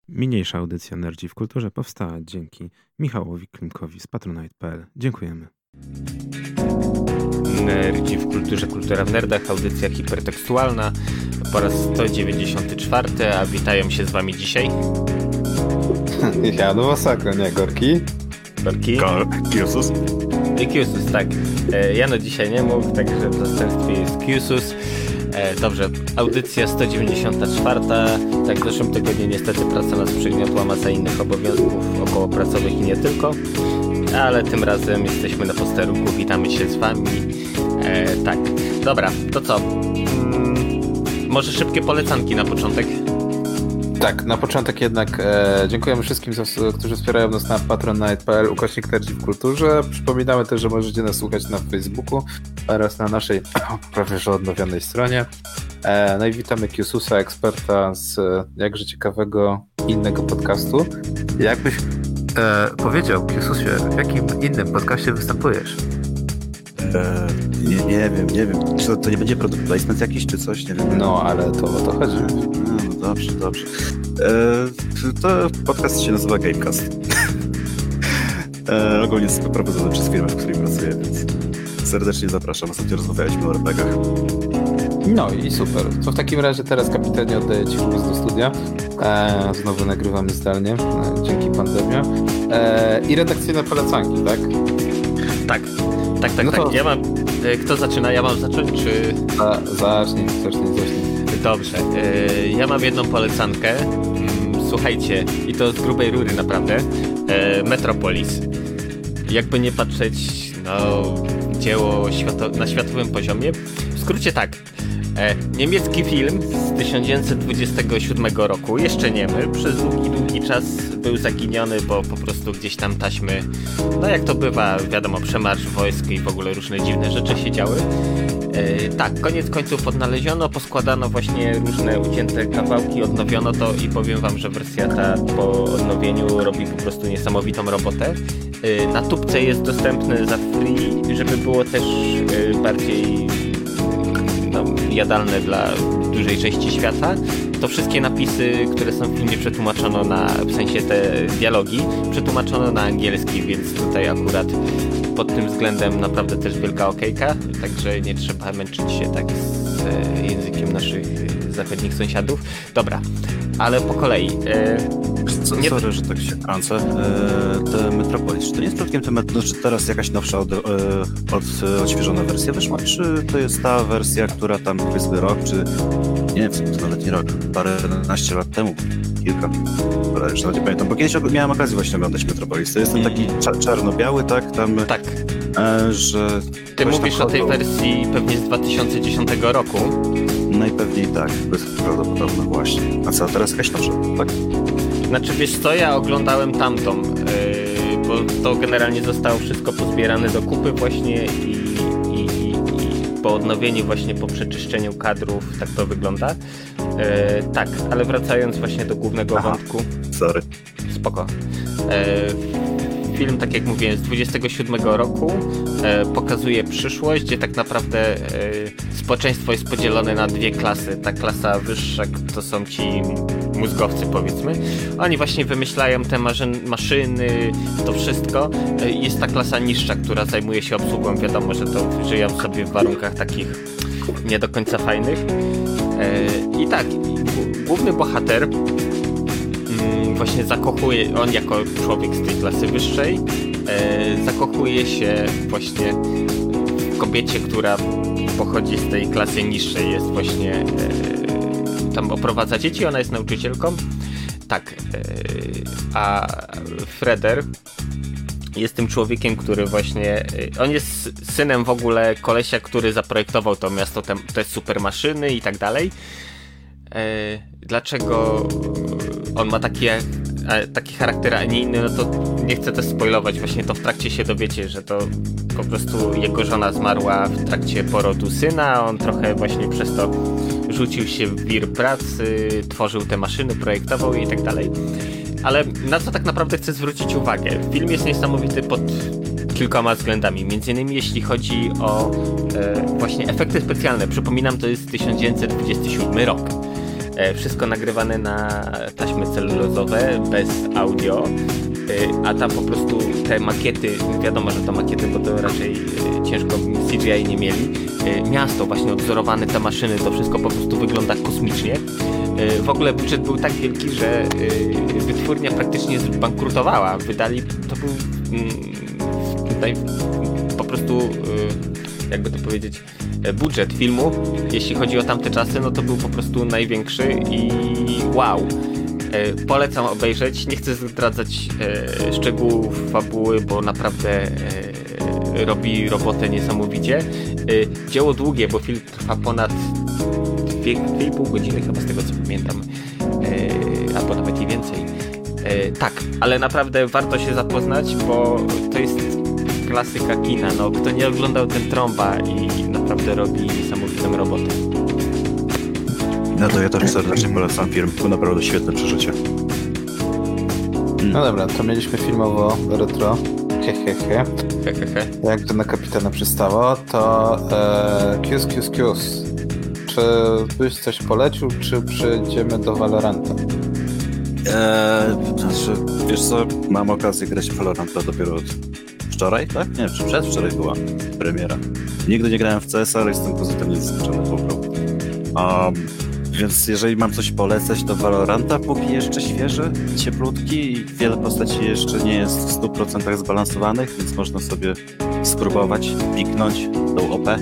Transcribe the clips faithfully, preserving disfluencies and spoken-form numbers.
Mniejsza audycja Nerdzi w Kulturze powstała dzięki Michałowi Klimkowi z patronite kropka p l. Dziękujemy. Nerdzi w Kulturze, Kultura w Nerdach, audycja hipertekstualna po raz sto dziewięćdziesiąty czwarty, a witają się z wami dzisiaj Ja, no masakra, nie, Gorki? Gorki? Kiusus? Kiusus, tak. Jano dzisiaj nie mógł, także w zastępstwie jest Kiusus. Dobrze, audycja sto dziewięćdziesiąta czwarta. Tak, w zeszłym tygodniu niestety praca nas przygniotła, masa innych obowiązków okołopracowych i nie tylko. Ale tym razem jesteśmy na posterunku, witamy się z wami. E, tak, dobra, to co? Hmm, może szybkie polecanki na początek? Tak, na początek jednak e, dziękujemy wszystkim, którzy wspierają nas na patronite kropka p l ukośnik Nerdzi w Kulturze. Przypominamy też, że możecie nas słuchać na Facebooku oraz na naszej prawie że odnowionej stronie. E, no i witamy Kiususa, eksperta z e, jakże ciekawego innego podcastu. Jakbyś e, powiedział, Kiususie, w jakim innym podcaście występujesz? E, nie, nie wiem, nie wiem. Czy to, to nie będzie product placement jakiś, czy coś? Nie wiem. No, ale to o to chodzi. No, dobrze, dobrze. E, to podcast się nazywa Gamecast. e, ogólnie jest prowadzony przez firmę, w której pracuję, więc serdecznie zapraszam. Ostatnio rozmawialiśmy o er pe gach. No i super. To w takim razie teraz kapitanie oddaję Ci głos do studia. E, znowu nagrywamy zdalnie, e, dzięki pandemii. E, I redakcyjne polecanki, tak? Tak, tak, tak, no to... tak. Ja mam... Kto zaczyna? Ja mam zacząć, czy... Za, zacznij, zacznij, zacznij. Dobrze. Yy, ja mam jedną polecankę. Słuchajcie, i to z grubej rury naprawdę. Yy, Metropolis. Jakby nie patrzeć, no, dzieło świato- na światowym poziomie. W skrócie tak. Yy, niemiecki film z tysiąc dziewięćset dwudziestego siódmego roku, jeszcze niemy, przez długi, długi czas był zaginiony, bo po prostu gdzieś tam taśmy, no jak to bywa, wiadomo, przemarsz wojsk i w ogóle różne dziwne rzeczy się działy. Yy, tak, koniec końców odnaleziono, poskładano właśnie różne ucięte kawałki, odnowiono to i powiem wam, że wersja ta po odnowieniu robi po prostu niesamowitą robotę. Yy, na tubce jest dostępny za free, żeby było też yy, bardziej no, jadalne dla dużej części świata. To wszystkie napisy, które są w filmie, przetłumaczono na, w sensie te dialogi, przetłumaczono na angielski, więc tutaj akurat pod tym względem naprawdę też wielka okejka, także nie trzeba męczyć się tak z e, językiem naszych e, zachodnich sąsiadów. Dobra, ale po kolei. E, Co, nie... Sorry, że tak się kręcę. E, te Metropolis, czy to nie jest przypadkiem te Met- czy teraz jakaś nowsza, od, e, od, odświeżona wersja wyszła, czy to jest ta wersja, która tam powiedzmy rok, czy nie wiem, to nawet nie rok, paręnaście lat temu, kilka, ale już nawet nie pamiętam, bo kiedyś miałem okazję właśnie oglądać Metropolis. To jest ten taki cza- czarno-biały, tak? Tam, tak. E, że... Ty mówisz o tej wersji pewnie z dwa tysiące dziesiątego roku. Najpewniej tak, to jest prawdopodobne właśnie. A co, teraz jakaś nowsza, tak? Znaczy wiesz co, ja oglądałem tamtą, yy, bo to generalnie zostało wszystko pozbierane do kupy właśnie i, i, i, i po odnowieniu właśnie, po przeczyszczeniu kadrów, tak to wygląda. Yy, tak, ale wracając właśnie do głównego Aha, wątku. Sorry. Spoko. Yy, film, tak jak mówiłem, z dwudziestego siódmego roku e, pokazuje przyszłość, gdzie tak naprawdę e, społeczeństwo jest podzielone na dwie klasy. Ta klasa wyższa to są ci mózgowcy, powiedzmy. Oni właśnie wymyślają te maszyn, maszyny, to wszystko. E, jest ta klasa niższa, która zajmuje się obsługą. Wiadomo, że to żyją sobie w warunkach takich nie do końca fajnych. E, I tak, główny bohater właśnie zakochuje, on jako człowiek z tej klasy wyższej, e, zakochuje się właśnie w kobiecie, która pochodzi z tej klasy niższej, jest właśnie e, tam oprowadza dzieci, ona jest nauczycielką. Tak, e, a Freder jest tym człowiekiem, który właśnie, on jest synem w ogóle kolesia, który zaprojektował to miasto, te, te super maszyny i tak dalej. E, dlaczego on ma taki, taki charakter, a nie inny, no to nie chcę też spoilować, właśnie to w trakcie się dowiecie, że to po prostu jego żona zmarła w trakcie porodu syna, on trochę właśnie przez to rzucił się w wir pracy, tworzył te maszyny, projektował je i tak dalej. Ale na co tak naprawdę chcę zwrócić uwagę? Film jest niesamowity pod kilkoma względami, między innymi jeśli chodzi o e, właśnie efekty specjalne. Przypominam, to jest tysiąc dziewięćset dwudziesty siódmy rok. Wszystko nagrywane na taśmy celulozowe, bez audio, a tam po prostu te makiety, wiadomo, że to makiety, bo to raczej ciężko C G I nie mieli. Miasto właśnie odwzorowane, te maszyny, to wszystko po prostu wygląda kosmicznie. W ogóle budżet był tak wielki, że wytwórnia praktycznie zbankrutowała. Wydali, to był tutaj po prostu, jakby to powiedzieć, budżet filmu, jeśli chodzi o tamte czasy, no to był po prostu największy i wow. Polecam obejrzeć, nie chcę zdradzać szczegółów fabuły, bo naprawdę robi robotę niesamowicie. Dzieło długie, bo film trwa ponad dwie i pół godziny chyba, z tego co pamiętam, albo nawet i więcej. Tak, ale naprawdę warto się zapoznać, bo to jest klasyka kina. No, kto nie oglądał, ten trąba i naprawdę robi niesamowitą robotę. No to ja też serdecznie polecam film, to naprawdę świetne przeżycie. No dobra, to mieliśmy filmowo retro. Hehehe. Hehehe. Jak to na kapitana przystało, to e, Kius, Kius, Kius. Czy byś coś polecił, czy przejdziemy do Valoranta? Eee, znaczy, wiesz co, mam okazję grać w Valoranta dopiero od wczoraj, tak? Nie, czy przedwczoraj była premiera. Nigdy nie grałem w C S, ale jestem pozytywnie zaskoczony po prostu. Um, więc jeżeli mam coś polecać, to Valoranta, póki jeszcze świeży, cieplutki i wiele postaci jeszcze nie jest w stu procentach zbalansowanych, więc można sobie spróbować, piknąć tą O P.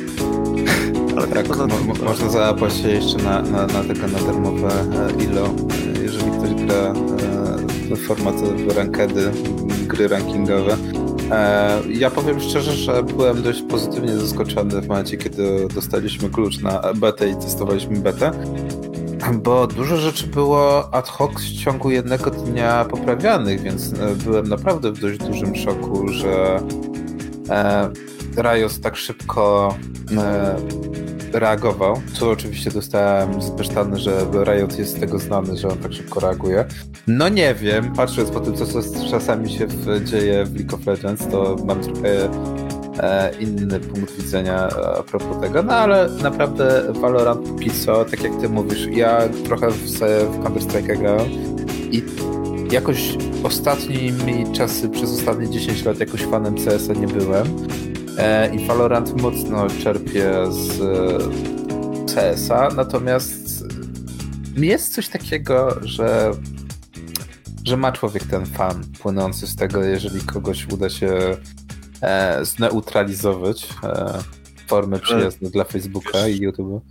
Ale tak, mo- mo- można załapać się jeszcze na, na, na tego na darmowe e, I L O, jeżeli ktoś gra e, formaty rankedy, gry rankingowe. E, ja powiem szczerze, że byłem dość pozytywnie zaskoczony w momencie, kiedy dostaliśmy klucz na betę i testowaliśmy betę, bo dużo rzeczy było ad hoc w ciągu jednego dnia poprawianych, więc e, byłem naprawdę w dość dużym szoku, że e, Riot tak szybko e, reagował. Tu oczywiście dostałem zbesztany, że Riot jest z tego znany, że on tak szybko reaguje. No nie wiem, patrząc po tym, co, co czasami się w, dzieje w League of Legends, to mam trochę e, inny punkt widzenia a propos tego, no ale naprawdę Valorant póki co, tak jak ty mówisz, ja trochę w, w Counter-Strike'a grałem i jakoś ostatnimi czasy, przez ostatnie dziesięć lat jakoś fanem C S a nie byłem. I Valorant mocno czerpie z C S a, natomiast jest coś takiego, że, że ma człowiek ten fan płynący z tego, jeżeli kogoś uda się e, zneutralizować e, formy przyjazne dla Facebooka i YouTube'a.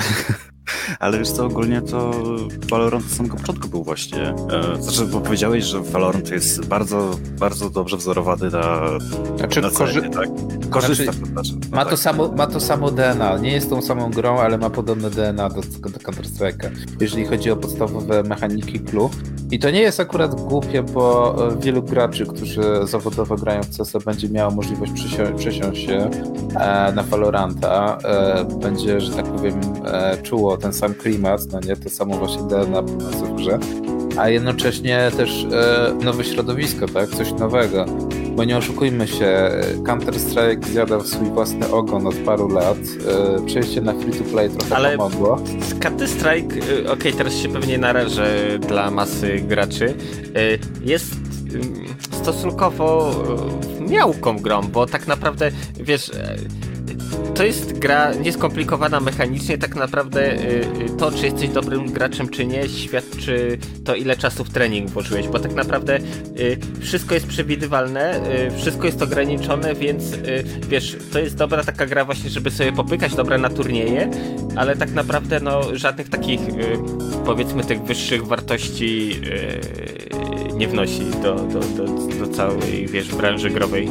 Ale wiesz co, ogólnie to Valorant od samego początku był właśnie. E, znaczy, bo powiedziałeś, że Valorant jest bardzo, bardzo dobrze wzorowany na, znaczy, na cenie, korzy- tak? Korzysta znaczy, to znaczy. No ma, tak. to samo, ma to samo D N A. Nie jest tą samą grą, ale ma podobne D N A do, do Counter-Strike'a, jeżeli chodzi o podstawowe mechaniki clue. I to nie jest akurat głupie, bo wielu graczy, którzy zawodowo grają w C S a, będzie miało możliwość przesio- przesiąść się e, na Valoranta. E, będzie, że tak powiem, e, czuło ten sam klimat, no nie, to samo właśnie D N A w grze, a jednocześnie też e, nowe środowisko, tak, coś nowego, bo nie oszukujmy się, Counter-Strike zjadał swój własny ogon od paru lat, e, przejście na free-to-play trochę ale pomogło. Counter-Strike, okej, okay, teraz się pewnie narażę dla masy graczy, jest stosunkowo miałką grą, bo tak naprawdę, wiesz, to jest gra nieskomplikowana mechanicznie, tak naprawdę to, czy jesteś dobrym graczem, czy nie, świadczy to, ile czasu w trening włożyłeś, bo tak naprawdę wszystko jest przewidywalne, wszystko jest ograniczone, więc wiesz, to jest dobra taka gra właśnie, żeby sobie popykać, dobra na turnieje, ale tak naprawdę no żadnych takich, powiedzmy, tych wyższych wartości nie wnosi do, do, do, do całej, wiesz, branży growej.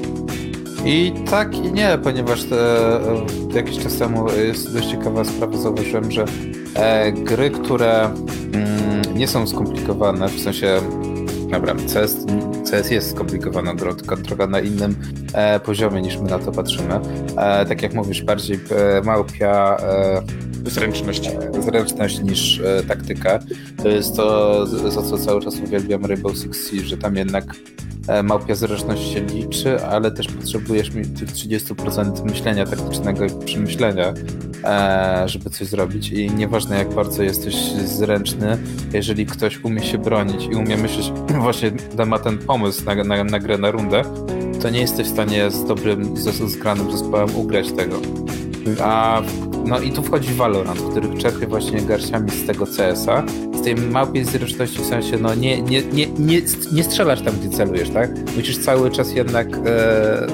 I tak i nie, ponieważ te, jakiś czas temu jest dość ciekawa sprawa, zauważyłem, że e, gry, które mm, nie są skomplikowane, w sensie, dobra, C S, C S jest skomplikowaną grą, tylko trochę na innym e, poziomie niż my na to patrzymy. E, tak jak mówisz, bardziej e, małpia e, zręczność. E, zręczność niż e, taktyka. To jest to, za co cały czas uwielbiam Rainbow Six Siege, że tam jednak małpia zręczność się liczy, ale też potrzebujesz tych trzydzieści procent myślenia taktycznego i przemyślenia, e, żeby coś zrobić i nieważne jak bardzo jesteś zręczny, jeżeli ktoś umie się bronić i umie myśleć, właśnie ma ten pomysł na, na, na grę, na rundę, to nie jesteś w stanie z dobrym, z zgranym zespołem ugrać tego. A no i tu wchodzi Valorant, który czerpie właśnie garściami z tego C S a, z tej małej zręczności, w sensie no nie, nie, nie, nie, nie strzelasz tam, gdzie celujesz, tak? Musisz cały czas jednak e,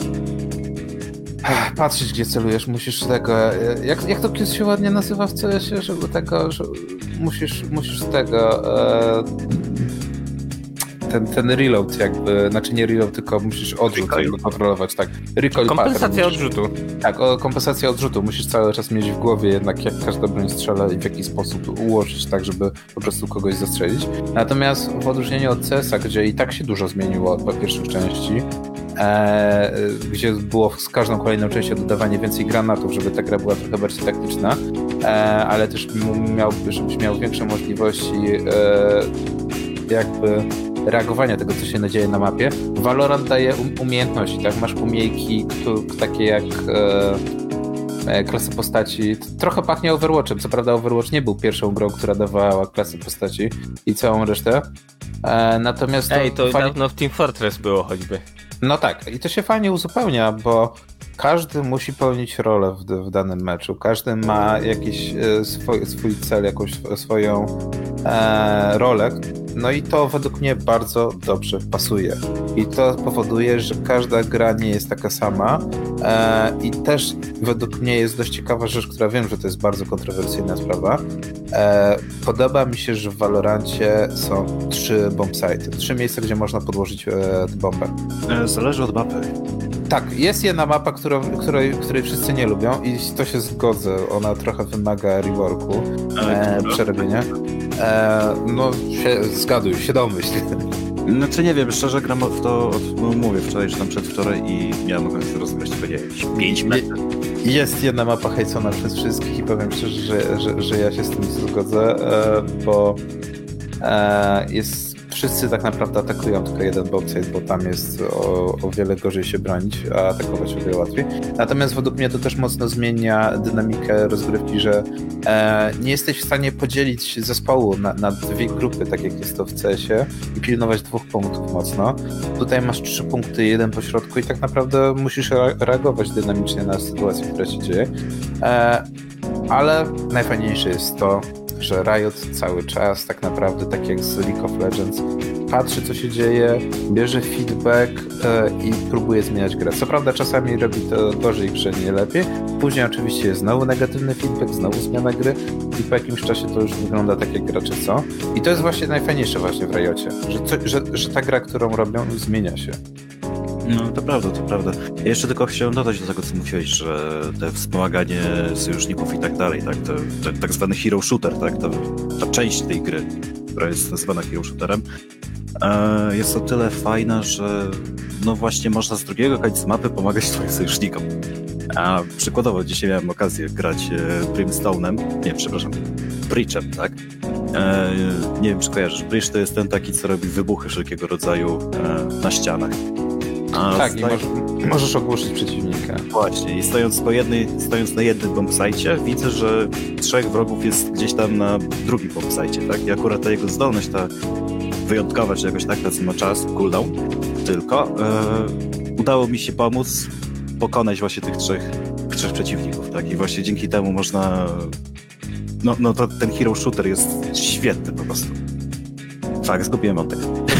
patrzeć, gdzie celujesz, musisz tego, jak, jak to się ładnie nazywa w C S ie, żeby tego, że musisz, musisz tego e, ten, ten reload jakby, znaczy nie reload, tylko musisz odrzut jakby kontrolować, tak. Recoil kompensacja pattern, odrzutu. Tak, o, kompensacja odrzutu. Musisz cały czas mieć w głowie jednak, jak każda broń strzela i w jaki sposób ułożyć tak, żeby po prostu kogoś zastrzelić. Natomiast w odróżnieniu od C S a, gdzie i tak się dużo zmieniło od pierwszych części, e, gdzie było z każdą kolejną częścią dodawanie więcej granatów, żeby ta gra była trochę bardziej taktyczna, e, ale też miał, żebyś miał większe możliwości e, jakby reagowania tego, co się dzieje na mapie. Valorant daje um- umiejętności, tak? Masz umiejki takie jak e, e, klasy postaci. Trochę pachnie Overwatchem. Co prawda Overwatch nie był pierwszą grą, która dawała klasy postaci i całą resztę. E, natomiast to Ej, to fajnie... dawno w Team Fortress było choćby. No tak, i to się fajnie uzupełnia, bo każdy musi pełnić rolę w, w danym meczu. Każdy ma jakiś e, swój, swój cel, jakąś swoją e, rolę. No i to według mnie bardzo dobrze pasuje. I to powoduje, że każda gra nie jest taka sama. E, I też według mnie jest dość ciekawa rzecz, która wiem, że to jest bardzo kontrowersyjna sprawa. E, podoba mi się, że w Valorancie są trzy bombsite'y. Trzy miejsca, gdzie można podłożyć e, bombę. Zależy od mapy. Tak, jest jedna mapa, którą, której, której wszyscy nie lubią i to się zgodzę. Ona trochę wymaga reworku, e, przerobienia. E, no, się, zgaduj, się domyśl. Znaczy nie wiem, szczerze gram w to, od, no mówię, wczoraj czy tam przedwczoraj i miałem okazję rozegrać tylko, nie wiem, pięć metrów. Jest jedna mapa hejcona przez wszystkich i powiem szczerze, że, że, że ja się z tym zgodzę, e, bo e, jest... Wszyscy tak naprawdę atakują tylko jeden bombsite, bo tam jest o, o wiele gorzej się bronić, a atakować o wiele łatwiej. Natomiast według mnie to też mocno zmienia dynamikę rozgrywki, że e, nie jesteś w stanie podzielić zespołu na, na dwie grupy, tak jak jest to w C S ie i pilnować dwóch punktów mocno. Tutaj masz trzy punkty, jeden po środku i tak naprawdę musisz re- reagować dynamicznie na sytuację, która się dzieje. E, ale najfajniejsze jest to, że Riot cały czas tak naprawdę, tak jak z League of Legends, patrzy, co się dzieje, bierze feedback e, i próbuje zmieniać grę. Co prawda czasami robi to gorzej, grze nie lepiej. Później oczywiście jest znowu negatywny feedback, znowu zmiana gry i po jakimś czasie to już wygląda tak, jak gracze chcą. I to jest właśnie najfajniejsze właśnie w Riocie, że, co, że, że ta gra, którą robią, zmienia się. No to prawda, to prawda. Ja jeszcze tylko chciałem dodać do tego, co mówiłeś, że te wspomaganie sojuszników i tak dalej, tak, to, to tak zwany hero shooter, tak, to, ta część tej gry, która jest nazywana hero shooterem, e, jest o tyle fajna, że no właśnie można z drugiego końca mapy pomagać swoim sojusznikom. A przykładowo dzisiaj miałem okazję grać e, Brimstone'em, nie, przepraszam, Breachem, tak? E, nie wiem, czy kojarzysz, Breach to jest ten taki, co robi wybuchy wszelkiego rodzaju e, na ścianach. A tak, staj... i możesz, możesz ogłuszyć przeciwnika. Właśnie, i stojąc, po jednej, stojąc na jednym bombsite, widzę, że trzech wrogów jest gdzieś tam na drugim bombsite, tak? I akurat ta jego zdolność, ta wyjątkowa, czy jakoś tak, tacy ma czas, cooldown, tylko e, udało mi się pomóc pokonać właśnie tych trzech, trzech przeciwników, tak? I właśnie dzięki temu można... No, no to ten hero shooter jest świetny po prostu. Tak, zgubiłem wątek.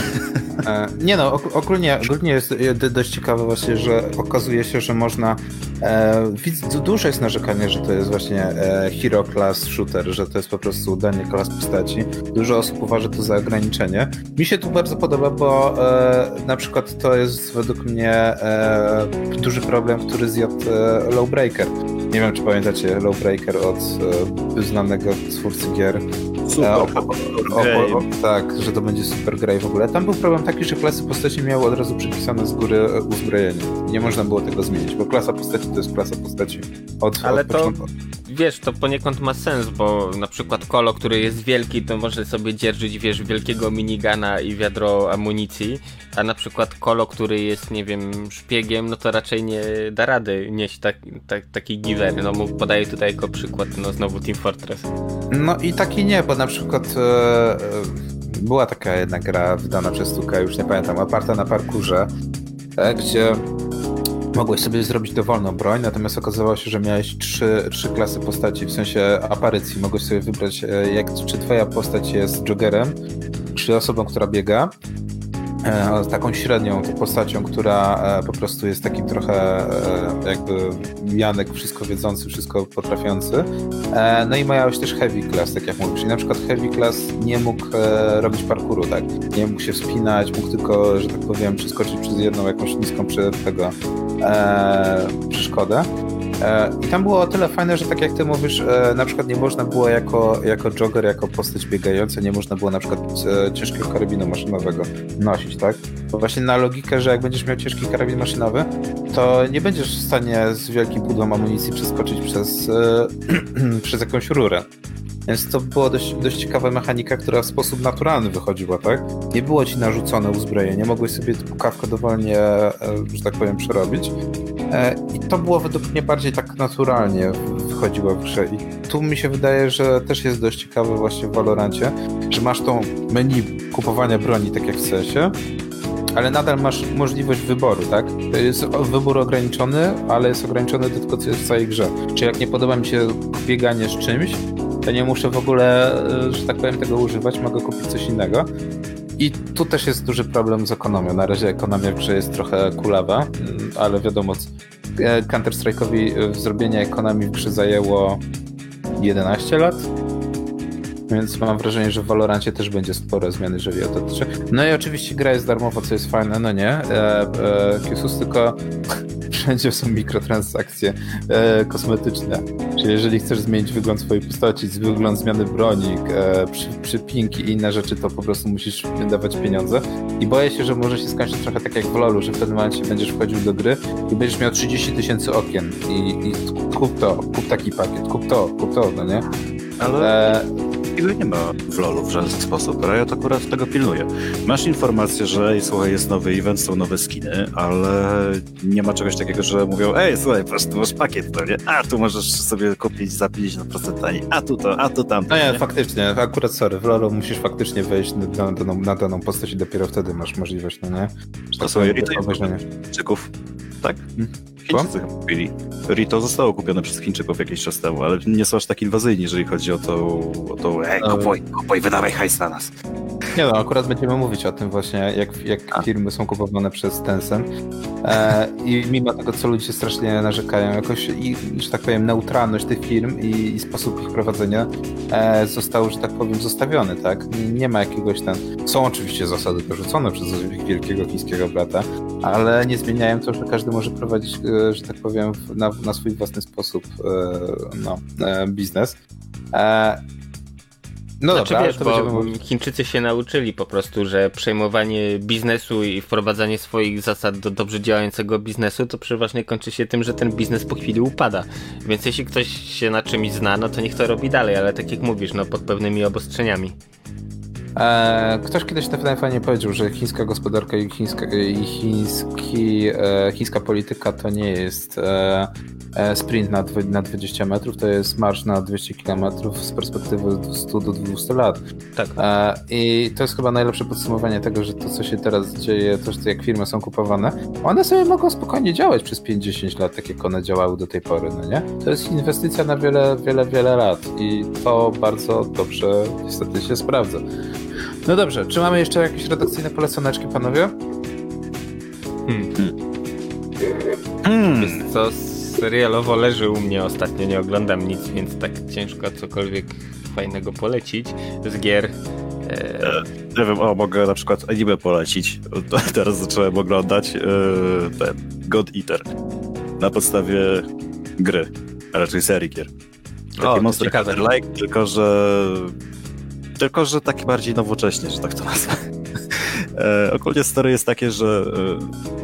Nie no, ogólnie, ogólnie jest dość ciekawe właśnie, że okazuje się, że można e, dużo jest narzekania, że to jest właśnie e, hero class shooter, że to jest po prostu danie klas postaci. Dużo osób uważa to za ograniczenie. Mi się tu bardzo podoba, bo e, na przykład to jest według mnie e, duży problem, który zjadł e, Lawbreaker. Nie wiem, czy pamiętacie Lawbreaker od e, znanego twórcy gier. Super. O, o, o, o, tak, że to będzie super gra i w ogóle. Tam był problem taki, że klasy postaci miały od razu przypisane z góry uzbrojenie. Nie można było tego zmienić, bo klasa postaci to jest klasa postaci od, Ale od to początku. wiesz, to poniekąd ma sens, bo na przykład Kolo, który jest wielki, to może sobie dzierżyć, wiesz, wielkiego minigana i wiadro amunicji, a na przykład Kolo, który jest, nie wiem, szpiegiem, no to raczej nie da rady nieść tak, tak, taki giwer. No mu podaję tutaj jako przykład, no znowu Team Fortress. No i taki nie, bo na przykład e, była taka jedna gra wydana przez Tuka, już nie pamiętam, oparta na parkurze, e, gdzie mogłeś sobie zrobić dowolną broń, natomiast okazało się, że miałeś trzy, trzy klasy postaci, w sensie aparycji. Mogłeś sobie wybrać, jak, czy twoja postać jest joggerem, czy osobą, która biega, e, taką średnią postacią, która e, po prostu jest takim trochę e, jakby Janek, wszystko wiedzący, wszystko potrafiący. E, no i miałeś też heavy class, tak jak mówisz. Czyli na przykład heavy class nie mógł e, robić parkouru, tak? Nie mógł się wspinać, mógł tylko, że tak powiem, przeskoczyć przez jedną jakąś niską przed tego e, przeszkodę. E, I tam było o tyle fajne, że tak jak ty mówisz, e, na przykład nie można było jako, jako jogger, jako postać biegająca, nie można było na przykład e, ciężkiego karabinu maszynowego nosić, tak? Bo właśnie na logikę, że jak będziesz miał ciężki karabin maszynowy, to nie będziesz w stanie z wielkim pudłem amunicji przeskoczyć przez, e, przez jakąś rurę. Więc to była dość, dość ciekawa mechanika, która w sposób naturalny wychodziła, tak? Nie było ci narzucone uzbrojenie, mogłeś sobie pukawkę dowolnie, że tak powiem, przerobić. I to było według mnie bardziej tak naturalnie wychodziło w grze. I tu mi się wydaje, że też jest dość ciekawe właśnie w Valorancie, że masz tą menu kupowania broni, tak jak w C S ie, ale nadal masz możliwość wyboru, tak? Jest wybór ograniczony, ale jest ograniczony tylko co jest w całej grze. Czyli jak nie podoba mi się bieganie z czymś, to nie muszę w ogóle, że tak powiem, tego używać, mogę kupić coś innego. I tu też jest duży problem z ekonomią. Na razie ekonomia w grze jest trochę kulawa, ale wiadomo, Counter-Strike'owi zrobienie ekonomii w grze zajęło jedenaście lat, więc mam wrażenie, że w Valorancie też będzie spore zmiany, jeżeli o to dotyczy. No i oczywiście gra jest darmowa, co jest fajne, no nie, e, e, Kiesus, tylko wszędzie są mikrotransakcje e, kosmetyczne. Czyli jeżeli chcesz zmienić wygląd swojej postaci, wygląd zmiany broni, e, przy, przypinki i inne rzeczy, to po prostu musisz dawać pieniądze. I boję się, że może się skończyć trochę tak jak w LoLu, że w pewnym momencie będziesz wchodził do gry i będziesz miał trzydzieści tysięcy okien i, i kup to, kup taki pakiet, kup to, kup to, no nie? Ale... E, Tego nie ma w LoLu w żaden sposób. Riot akurat tego pilnuje. Masz informację, że ej, słuchaj, jest nowy event, są nowe skiny, ale nie ma czegoś takiego, że mówią, ej, słuchaj, patrz, tu masz pakiet, to nie? A tu możesz sobie kupić za pięćdziesiąt procent taniej, a tu to, a tu tamto. No nie, nie? faktycznie, akurat sorry, w LoLu musisz faktycznie wejść na daną, na daną postać i dopiero wtedy masz możliwość, no nie? To są Chińczyków, tak? Hmm. Chińczycy kupili. Rito zostało kupione przez Chińczyków jakiś czas temu, ale nie są aż tak inwazyjni, jeżeli chodzi o to, o to ej, kupuj, kupuj, wydawaj hajs na nas. Nie no, akurat będziemy mówić o tym właśnie, jak, jak firmy są kupowane przez Tencent e, i mimo tego, co ludzie strasznie narzekają, jakoś, i, że tak powiem, neutralność tych firm i, i sposób ich prowadzenia e, został, że tak powiem, zostawiony, tak? Nie ma jakiegoś tam... Są oczywiście zasady dorzucone przez wielkiego chińskiego brata, ale nie zmieniają to, że każdy może prowadzić, e, że tak powiem, na, na swój własny sposób e, no, e, biznes. E, No znaczy, dobra, wiesz, to bo mówić. Chińczycy się nauczyli po prostu, że przejmowanie biznesu i wprowadzanie swoich zasad do dobrze działającego biznesu to przeważnie kończy się tym, że ten biznes po chwili upada. Więc jeśli ktoś się na czymś zna, no to niech to robi dalej, ale tak jak mówisz, no pod pewnymi obostrzeniami. E, ktoś kiedyś na fajnie powiedział, że chińska gospodarka i, chińska, i chiński, e, chińska polityka to nie jest e, sprint na, na dwadzieścia metrów, to jest marsz na dwieście kilometrów z perspektywy sto do dwustu lat. Tak. E, I to jest chyba najlepsze podsumowanie tego, że to, co się teraz dzieje, to, że jak firmy są kupowane, one sobie mogą spokojnie działać przez pięć do dziesięciu lat, tak jak one działały do tej pory, no nie? To jest inwestycja na wiele, wiele, wiele lat i to bardzo dobrze niestety się sprawdza. No dobrze, czy mamy jeszcze jakieś redakcyjne poleconeczki, panowie? Hmm. Hmm. Wiesz co, serialowo leży u mnie ostatnio, nie oglądam nic, więc tak ciężko cokolwiek fajnego polecić z gier. E... Nie wiem, o, mogę na przykład anime polecić. Teraz zacząłem oglądać e, ten God Eater na podstawie gry, a raczej serii gier. Taki Monster Hunter-like, tylko że tylko że taki bardziej nowocześnie, że tak to nazwę. E, ogólnie story jest takie, że e,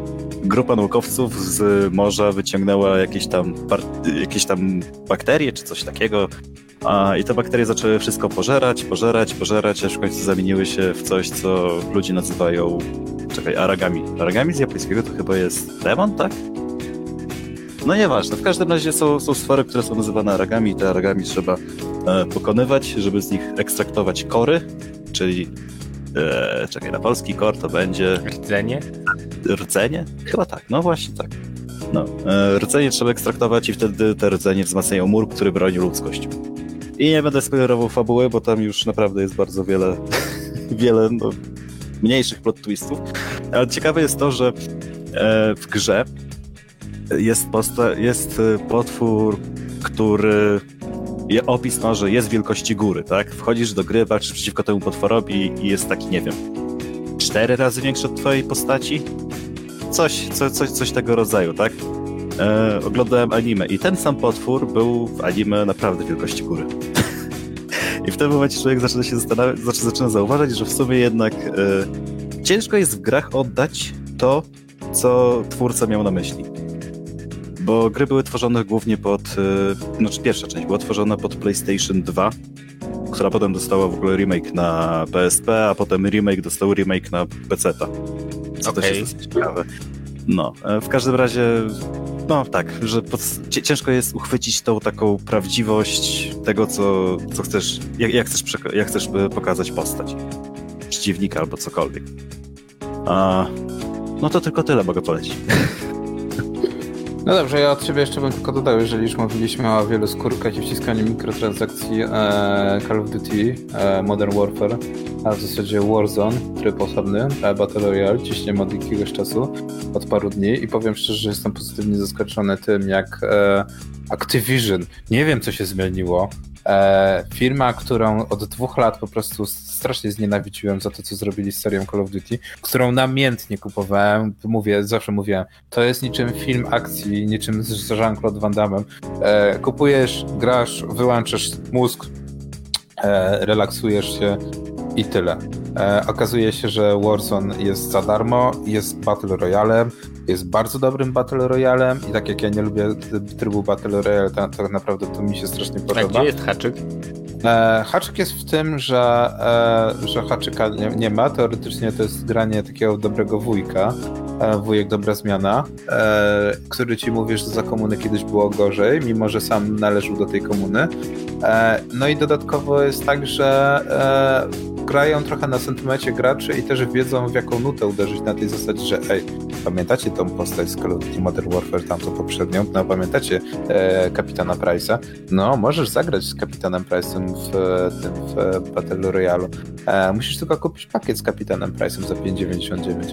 grupa naukowców z morza wyciągnęła jakieś tam, jakieś tam bakterie czy coś takiego, a, i te bakterie zaczęły wszystko pożerać, pożerać, pożerać, aż w końcu zamieniły się w coś, co ludzie nazywają, czekaj, aragami. Aragami z japońskiego to chyba jest demon, tak? No nieważne, w każdym razie są, są stwory, które są nazywane aragami i te aragami trzeba e, pokonywać, żeby z nich ekstraktować kory, czyli e, czekaj, na polski kor to będzie... Rdzenie? Rdzenie? Chyba tak, no właśnie tak. No, e, rdzenie trzeba ekstraktować i wtedy te rdzenie wzmacniają mur, który broni ludzkość. I nie będę spoilerował fabuły, bo tam już naprawdę jest bardzo wiele, wiele no, mniejszych plot twistów. Ale ciekawe jest to, że e, w grze jest, posta- jest potwór, który je opis ma, że jest wielkości góry, tak? Wchodzisz do gry, walczysz przeciwko temu potworowi i jest taki, nie wiem, cztery razy większy od twojej postaci? Coś, co, coś, coś tego rodzaju, tak? E, oglądałem anime i ten sam potwór był w anime naprawdę wielkości góry. I w tym momencie człowiek zaczyna się zastanawiać, zaczyna zauważać, że w sumie jednak e, ciężko jest w grach oddać to, co twórca miał na myśli. Bo gry były tworzone głównie pod... E, znaczy pierwsza część była tworzona pod PlayStation dwa, która potem dostała w ogóle remake na P S P, a potem remake dostał remake na peceta. Co okay. też jest ciekawe. No, w każdym razie, no tak, że pod, ciężko jest uchwycić tą taką prawdziwość tego, co, co chcesz, jak, jak, chcesz przeka- jak chcesz pokazać postać. Przeciwnika albo cokolwiek. A, no to tylko tyle mogę polecić. No dobrze, ja od siebie jeszcze bym tylko dodał, jeżeli już mówiliśmy o wielu skórkach i wciskaniu mikrotransakcji e, Call of Duty, e, Modern Warfare, a w zasadzie Warzone, tryb osobny, e, Battle Royale, ciśniemy od jakiegoś czasu, od paru dni i powiem szczerze, że jestem pozytywnie zaskoczony tym, jak e, Activision, nie wiem co się zmieniło, e, firma, którą od dwóch lat po prostu strasznie znienawidziłem za to, co zrobili z serią Call of Duty, którą namiętnie kupowałem, mówię, zawsze mówiłem, to jest niczym film akcji, niczym z Jean-Claude Van Damme. E, kupujesz, grasz, wyłączasz mózg, e, relaksujesz się i tyle. E, okazuje się, że Warzone jest za darmo, jest Battle Royalem, jest bardzo dobrym Battle Royalem i tak jak ja nie lubię trybu Battle Royale, to tak naprawdę to mi się strasznie podoba. A gdzie jest haczyk? E, haczyk jest w tym, że, e, że haczyka nie, nie ma. Teoretycznie to jest granie takiego dobrego wujka. E, wujek dobra zmiana, e, który ci mówi, że za komuny kiedyś było gorzej, mimo że sam należył do tej komuny. E, no i dodatkowo jest tak, że e, grają trochę na sentymencie graczy i też wiedzą, w jaką nutę uderzyć na tej zasadzie, że ej, pamiętacie tą postać z Call of Duty Modern Warfare, tamtą poprzednią? No pamiętacie e, Kapitana Price'a? No, możesz zagrać z Kapitanem Price'em w tym w Battle Royale. E, musisz tylko kupić pakiet z Kapitanem Price'em za pięć dziewięćdziesiąt dziewięć.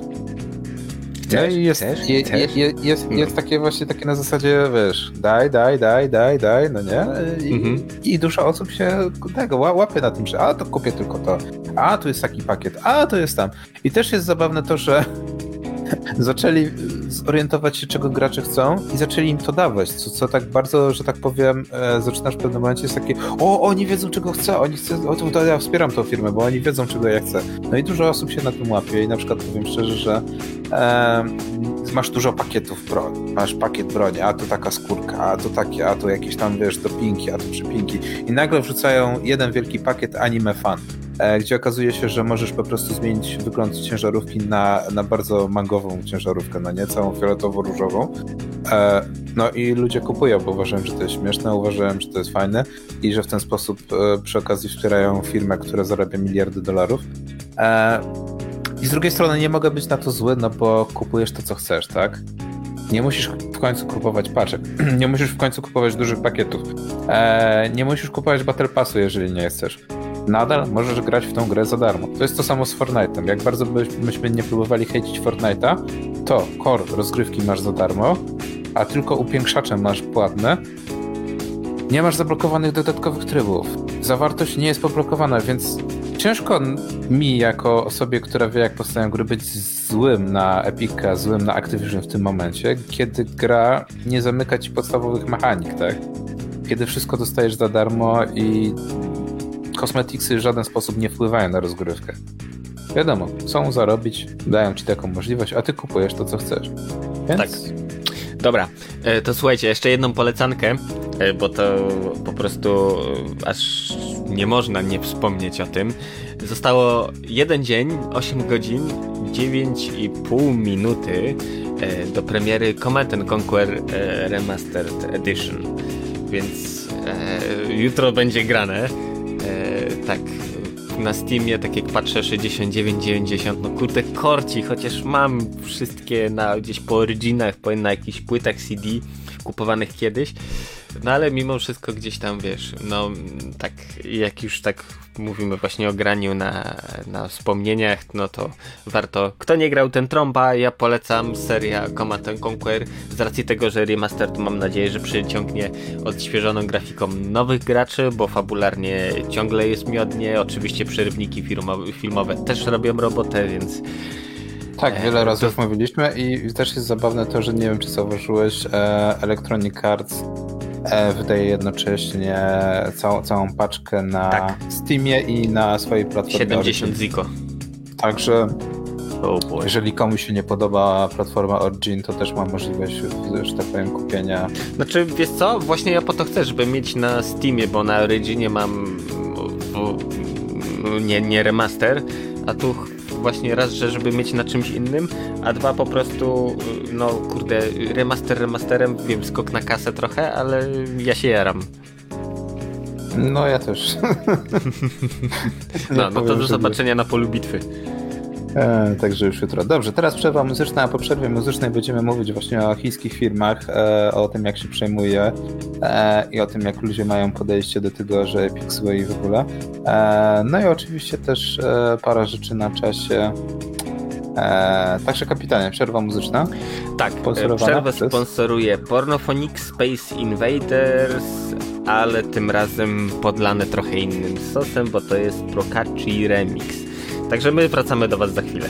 No i jest, też, je, je, je, jest, jest takie właśnie takie na zasadzie, wiesz, daj, daj, daj, daj, daj, no nie? I, mhm. i dużo osób się tego łapie na tym, że a to kupię tylko to, a tu jest taki pakiet, a to jest tam. I też jest zabawne to, że zaczęli zorientować się, czego gracze chcą i zaczęli im to dawać, co, co tak bardzo, że tak powiem, e, zaczynasz w pewnym momencie jest takie, o, oni wiedzą, czego chcę, oni chcą, o, to ja wspieram tą firmę, bo oni wiedzą, czego ja chcę. No i dużo osób się na tym łapie i na przykład powiem szczerze, że e, masz dużo pakietów broni, masz pakiet broni, a to taka skórka, a to takie, a to jakieś tam, wiesz, dopinki, a to przypinki i nagle wrzucają jeden wielki pakiet anime fan, gdzie okazuje się, że możesz po prostu zmienić wygląd ciężarówki na, na bardzo mangową ciężarówkę, no nie? Całą fioletowo-różową. E, no i ludzie kupują, bo uważają, że to jest śmieszne, uważają, że to jest fajne i że w ten sposób e, przy okazji wspierają firmę, która zarabia miliardy dolarów. E, I z drugiej strony nie mogę być na to zły, no bo kupujesz to, co chcesz, tak? Nie musisz w końcu kupować paczek, nie musisz w końcu kupować dużych pakietów, e, nie musisz kupować Battle Passu, jeżeli nie chcesz. Nadal możesz grać w tą grę za darmo. To jest to samo z Fortnite'em. Jak bardzo byśmy nie próbowali hejcić Fortnite'a, to core rozgrywki masz za darmo, a tylko upiększacze masz płatne. Nie masz zablokowanych dodatkowych trybów. Zawartość nie jest poblokowana, więc ciężko mi, jako osobie, która wie, jak powstają gry, być złym na Epica, złym na Activision w tym momencie, kiedy gra nie zamyka ci podstawowych mechanik, tak? Kiedy wszystko dostajesz za darmo i kosmetiksy w żaden sposób nie wpływają na rozgrywkę. Wiadomo, chcą zarobić, dają ci taką możliwość, a ty kupujesz to, co chcesz. Więc... Tak. Dobra, to słuchajcie, jeszcze jedną polecankę, bo to po prostu aż nie można nie wspomnieć o tym. Zostało jeden dzień, osiem godzin, dziewięć i pół minuty do premiery Command and Conquer Remastered Edition. Więc e, jutro będzie grane. E, tak, na Steamie, tak jak patrzę, sześćdziesiąt dziewięć dziewięćdziesiąt, no kurde, korci, chociaż mam wszystkie na, gdzieś po Originach, po, na jakichś płytach C D kupowanych kiedyś, no ale mimo wszystko gdzieś tam, wiesz, no tak, jak już tak mówimy właśnie o graniu na, na wspomnieniach, no to warto. Kto nie grał, ten trąba. Ja polecam seria Command and Conquer z racji tego, że remastered mam nadzieję, że przyciągnie odświeżoną grafiką nowych graczy, bo fabularnie ciągle jest miodnie. Oczywiście przerywniki filmowe, filmowe też robią robotę, więc tak, wiele e, razy to... już mówiliśmy i też jest zabawne to, że nie wiem, czy zauważyłeś, e, Electronic Arts e, wydaje jednocześnie całą, całą paczkę na tak. Steamie i na swojej platformie. siedemdziesiąt ziko. Także oh jeżeli komuś się nie podoba platforma Origin, to też ma możliwość, że tak powiem, kupienia. Znaczy, wiesz co? Właśnie ja po to chcę, żeby mieć na Steamie, bo na Originie mam nie, nie remaster, a tu właśnie raz, że żeby mieć na czymś innym, a dwa po prostu, no kurde, remaster remasterem, wiem, skok na kasę trochę, ale ja się jaram. No ja też. no, no to do zobaczenia na polu bitwy. E, także już jutro. Dobrze, teraz przerwa muzyczna, a po przerwie muzycznej będziemy mówić właśnie o chińskich firmach, e, o tym, jak się przejmuje e, i o tym, jak ludzie mają podejście do tego, że Pixel i w ogóle. E, no i oczywiście też e, parę rzeczy na czasie. E, także kapitanie, przerwa muzyczna. Tak, przerwę przez... sponsoruje Pornophonic Space Invaders, ale tym razem podlane trochę innym sosem, bo to jest Prokachi Remix. Także my wracamy do was za chwilę.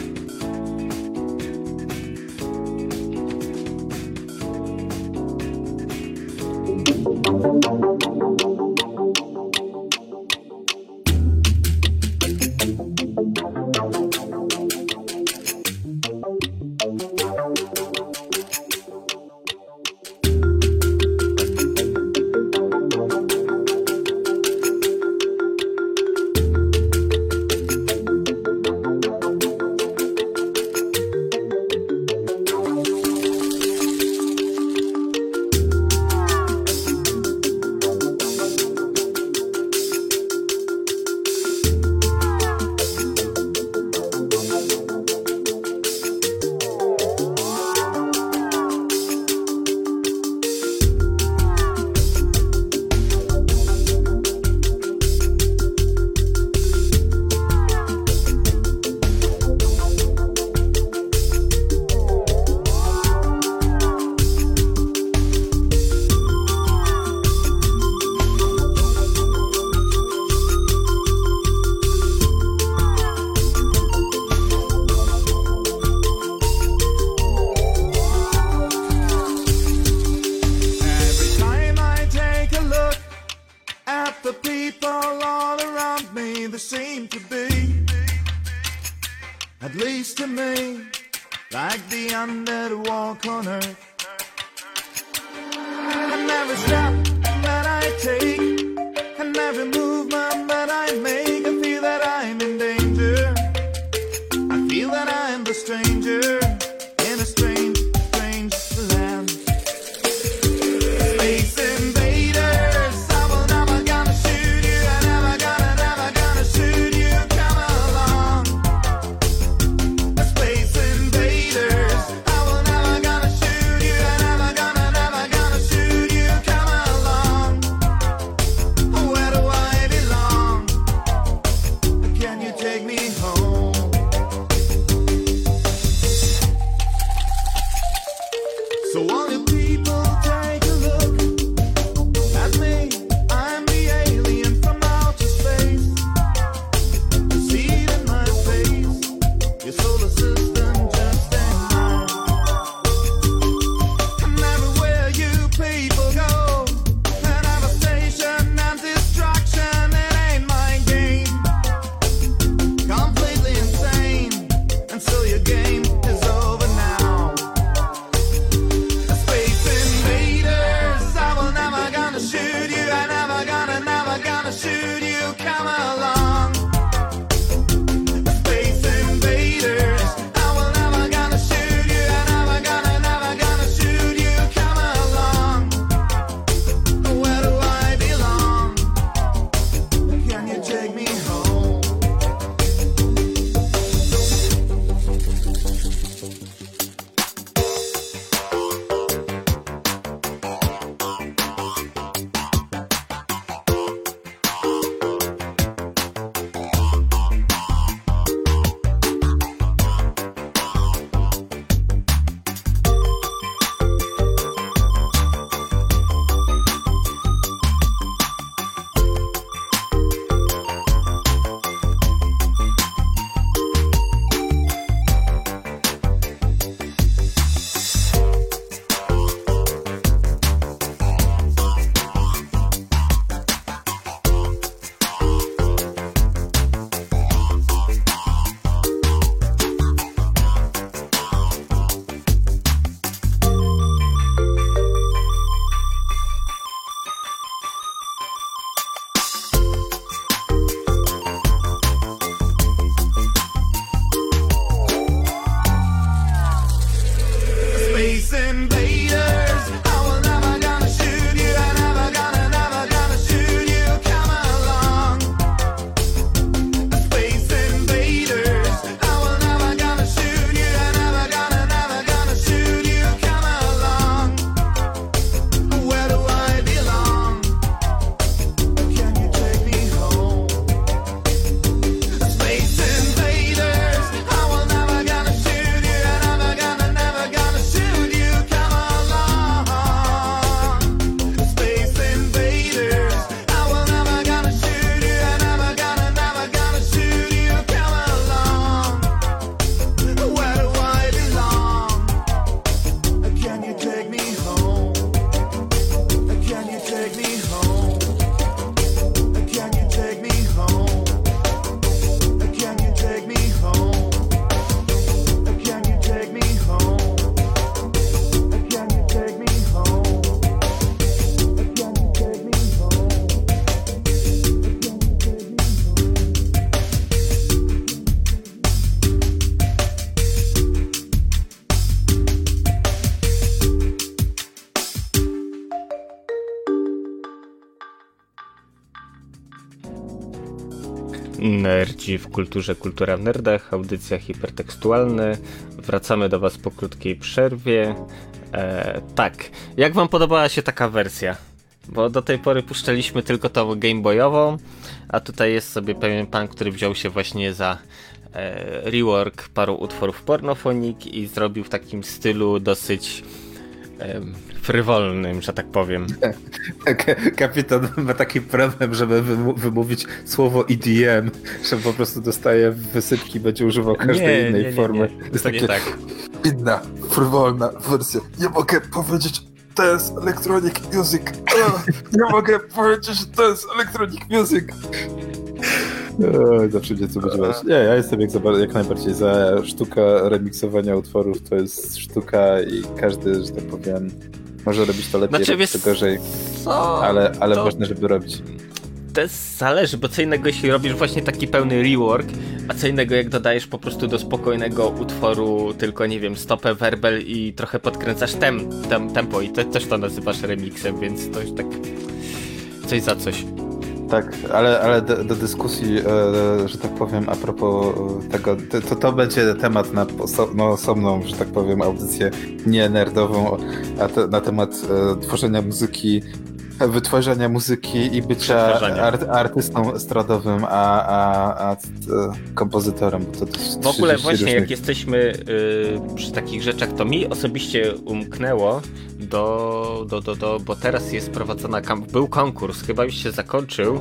Nerdzi w kulturze, kultura w nerdach, audycja hipertekstualne. Wracamy do was po krótkiej przerwie. E, tak, jak wam podobała się taka wersja? Bo do tej pory puszczaliśmy tylko tą gameboyową, a tutaj jest sobie pewien pan, który wziął się właśnie za e, rework paru utworów Pornophonic i zrobił w takim stylu dosyć e, frywolnym, że tak powiem. Kapitan ma taki problem, żeby wymu- wymówić słowo E D M, że po prostu dostaje wysypki, będzie używał każdej nie, innej nie, nie, formy. Nie, nie. Jest to takie nie tak. Inna, frywolna wersja. Nie mogę powiedzieć, to jest electronic music. Nie mogę powiedzieć, że to jest electronic music. O, zawsze mnie co będzie ważne. Nie, ja jestem jak, za, jak najbardziej za sztuka remiksowania utworów. To jest sztuka i każdy, że tak powiem, może robić to lepiej, znaczy, robić to gorzej. Co? Ale, ale to... ważne, żeby robić. To zależy, bo co innego jeśli robisz właśnie taki pełny rework, a co innego jak dodajesz po prostu do spokojnego utworu tylko, nie wiem, stopę, werbel i trochę podkręcasz tem, tem, tempo i te, też to nazywasz remixem, więc to już tak coś za coś. Tak, ale, ale do, do dyskusji, e, że tak powiem, a propos tego, to, to będzie temat na oso, no, osobną, że tak powiem, audycję nie nerdową, a te, na temat e, tworzenia muzyki, wytwarzania muzyki i bycia art, artystą estradowym, a, a, a, a kompozytorem. Bo to w ogóle właśnie różnych... jak jesteśmy y, przy takich rzeczach, to mi osobiście umknęło do, do, do, do bo teraz jest prowadzona, był konkurs, chyba już się zakończył.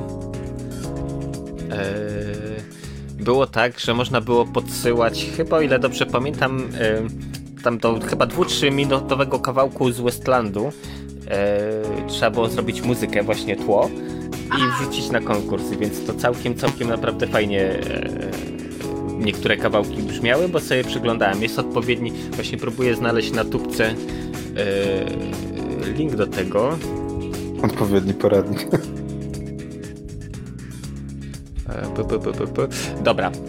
Y, było tak, że można było podsyłać, chyba o ile dobrze pamiętam, y, tam do chyba dwu trzy minutowego kawałku z Westlandu. E, trzeba było zrobić muzykę, właśnie tło i wrzucić na konkursy, więc to całkiem, całkiem naprawdę fajnie e, niektóre kawałki brzmiały, bo sobie przyglądałem. Jest odpowiedni, właśnie próbuję znaleźć na tubce e, link do tego. Odpowiedni poradnik. E, p, p, p, p, p. Dobra. E,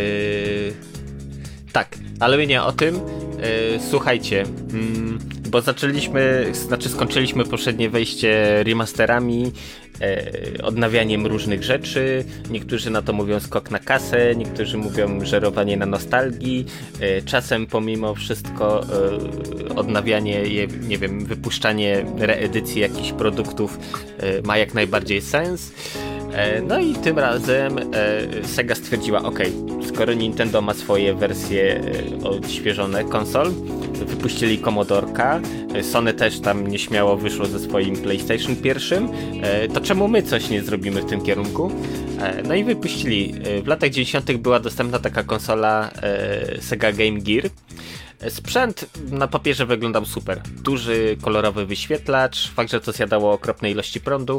tak, ale nie o tym. E, słuchajcie, mm, bo zaczęliśmy, znaczy skończyliśmy poprzednie wejście remasterami, e, odnawianiem różnych rzeczy. Niektórzy na to mówią skok na kasę, niektórzy mówią żerowanie na nostalgii. E, czasem pomimo wszystko e, odnawianie, je, nie wiem, wypuszczanie reedycji jakichś produktów e, ma jak najbardziej sens. E, no i tym razem e, Sega stwierdziła, ok, skoro Nintendo ma swoje wersje e, odświeżone konsol, wypuścili Commodorka, Sony też tam nieśmiało wyszło ze swoim PlayStation pierwszym, to czemu my coś nie zrobimy w tym kierunku? No i wypuścili. W latach dziewięćdziesiątych była dostępna taka konsola Sega Game Gear. Sprzęt na papierze wyglądał super. Duży, kolorowy wyświetlacz, fakt, że to zjadało okropne ilości prądu.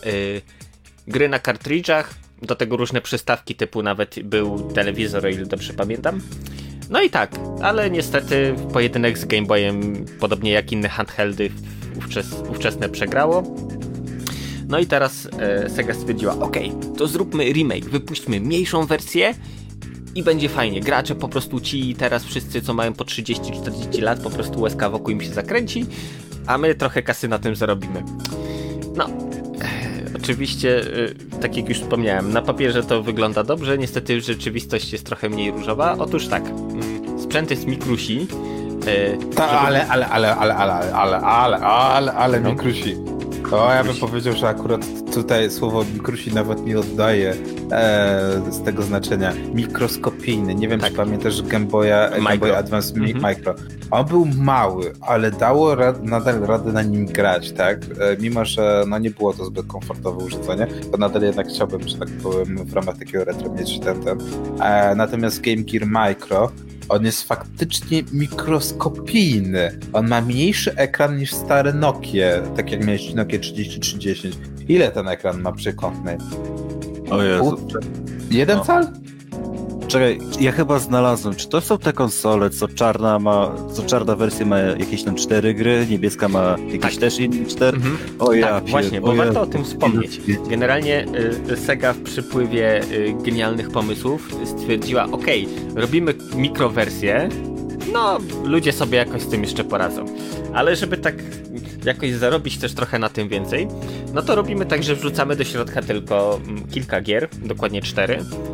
Gry na kartridżach, do tego różne przystawki typu nawet był telewizor, o ile dobrze pamiętam. No i tak, ale niestety pojedynek z Game Boyem, podobnie jak inne handheldy ówczes, ówczesne, przegrało. No i teraz e, Sega stwierdziła, ok, to zróbmy remake, wypuśćmy mniejszą wersję i będzie fajnie. Gracze po prostu ci teraz wszyscy, co mają po trzydzieści czterdzieści lat, po prostu łezka wokół im się zakręci, a my trochę kasy na tym zarobimy. No, oczywiście, tak jak już wspomniałem, na papierze to wygląda dobrze, niestety rzeczywistość jest trochę mniej różowa. Otóż tak, sprzęt jest mikrusi. Ta, żeby... ale, ale, ale, ale, ale, ale, ale, ale, ale no. mikrusi. O, ja bym powiedział, że akurat tutaj słowo mikrusi nawet mi oddaje e, z tego znaczenia. Mikroskopijny. Nie wiem, tak. Czy pamiętasz Game Boya, Game Boy Advance mm-hmm. Micro. On był mały, ale dało rad, nadal radę na nim grać, tak? E, mimo, że no, nie było to zbyt komfortowe urządzenie, to nadal jednak chciałbym, że tak powiem, w ramach takiego retro mieć ten, ten. E, natomiast Game Gear Micro, on jest faktycznie mikroskopijny. On ma mniejszy ekran niż stare Nokie, tak jak miałeś Nokia trzydzieści trzy dziesięć. Ile ten ekran ma przekątnej? O Jezu. Jeden no. cal? Czekaj, ja chyba znalazłem, czy to są te konsole, co czarna ma, co czarna wersja ma jakieś tam cztery gry, niebieska ma jakieś tak. też inne cztery? Mhm. O ja tak, pier... właśnie, bo o warto ja... o tym wspomnieć. Generalnie y, Sega w przypływie y, genialnych pomysłów stwierdziła, ok, robimy mikrowersję, no ludzie sobie jakoś z tym jeszcze poradzą. Ale żeby tak jakoś zarobić też trochę na tym więcej, no to robimy tak, że wrzucamy do środka tylko kilka gier, dokładnie cztery.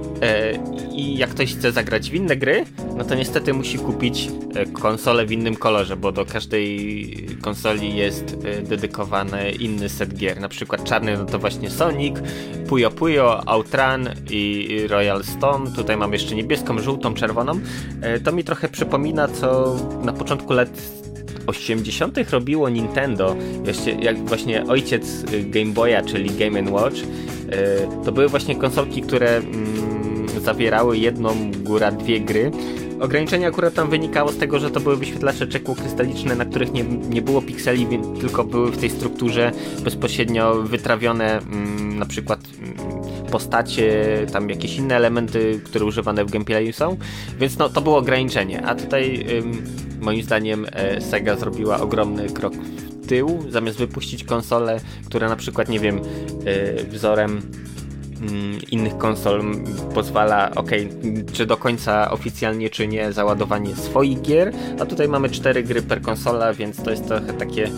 I jak ktoś chce zagrać w inne gry, no to niestety musi kupić konsolę w innym kolorze, bo do każdej konsoli jest dedykowany inny set gier. Na przykład czarny no to właśnie Sonic, Puyo Puyo, Outrun i Royal Stone. Tutaj mam jeszcze niebieską, żółtą, czerwoną. To mi trochę przypomina, co na początku lat osiemdziesiątych robiło Nintendo. Jak właśnie ojciec Game Boya, czyli Game and Watch, to były właśnie konsolki, które zawierały jedną, góra dwie gry. Ograniczenie akurat tam wynikało z tego, że to były wyświetlacze czekłokrystaliczne, na których nie, nie było pikseli, tylko były w tej strukturze bezpośrednio wytrawione mm, na przykład mm, postacie, tam jakieś inne elementy, które używane w gameplayu są, więc no to było ograniczenie, a tutaj ym, moim zdaniem e, Sega zrobiła ogromny krok w tył, zamiast wypuścić konsolę, która na przykład, nie wiem, e, wzorem innych konsol pozwala, okej, okay, czy do końca oficjalnie, czy nie, załadowanie swoich gier, a tutaj mamy cztery gry per konsola, więc to jest trochę takie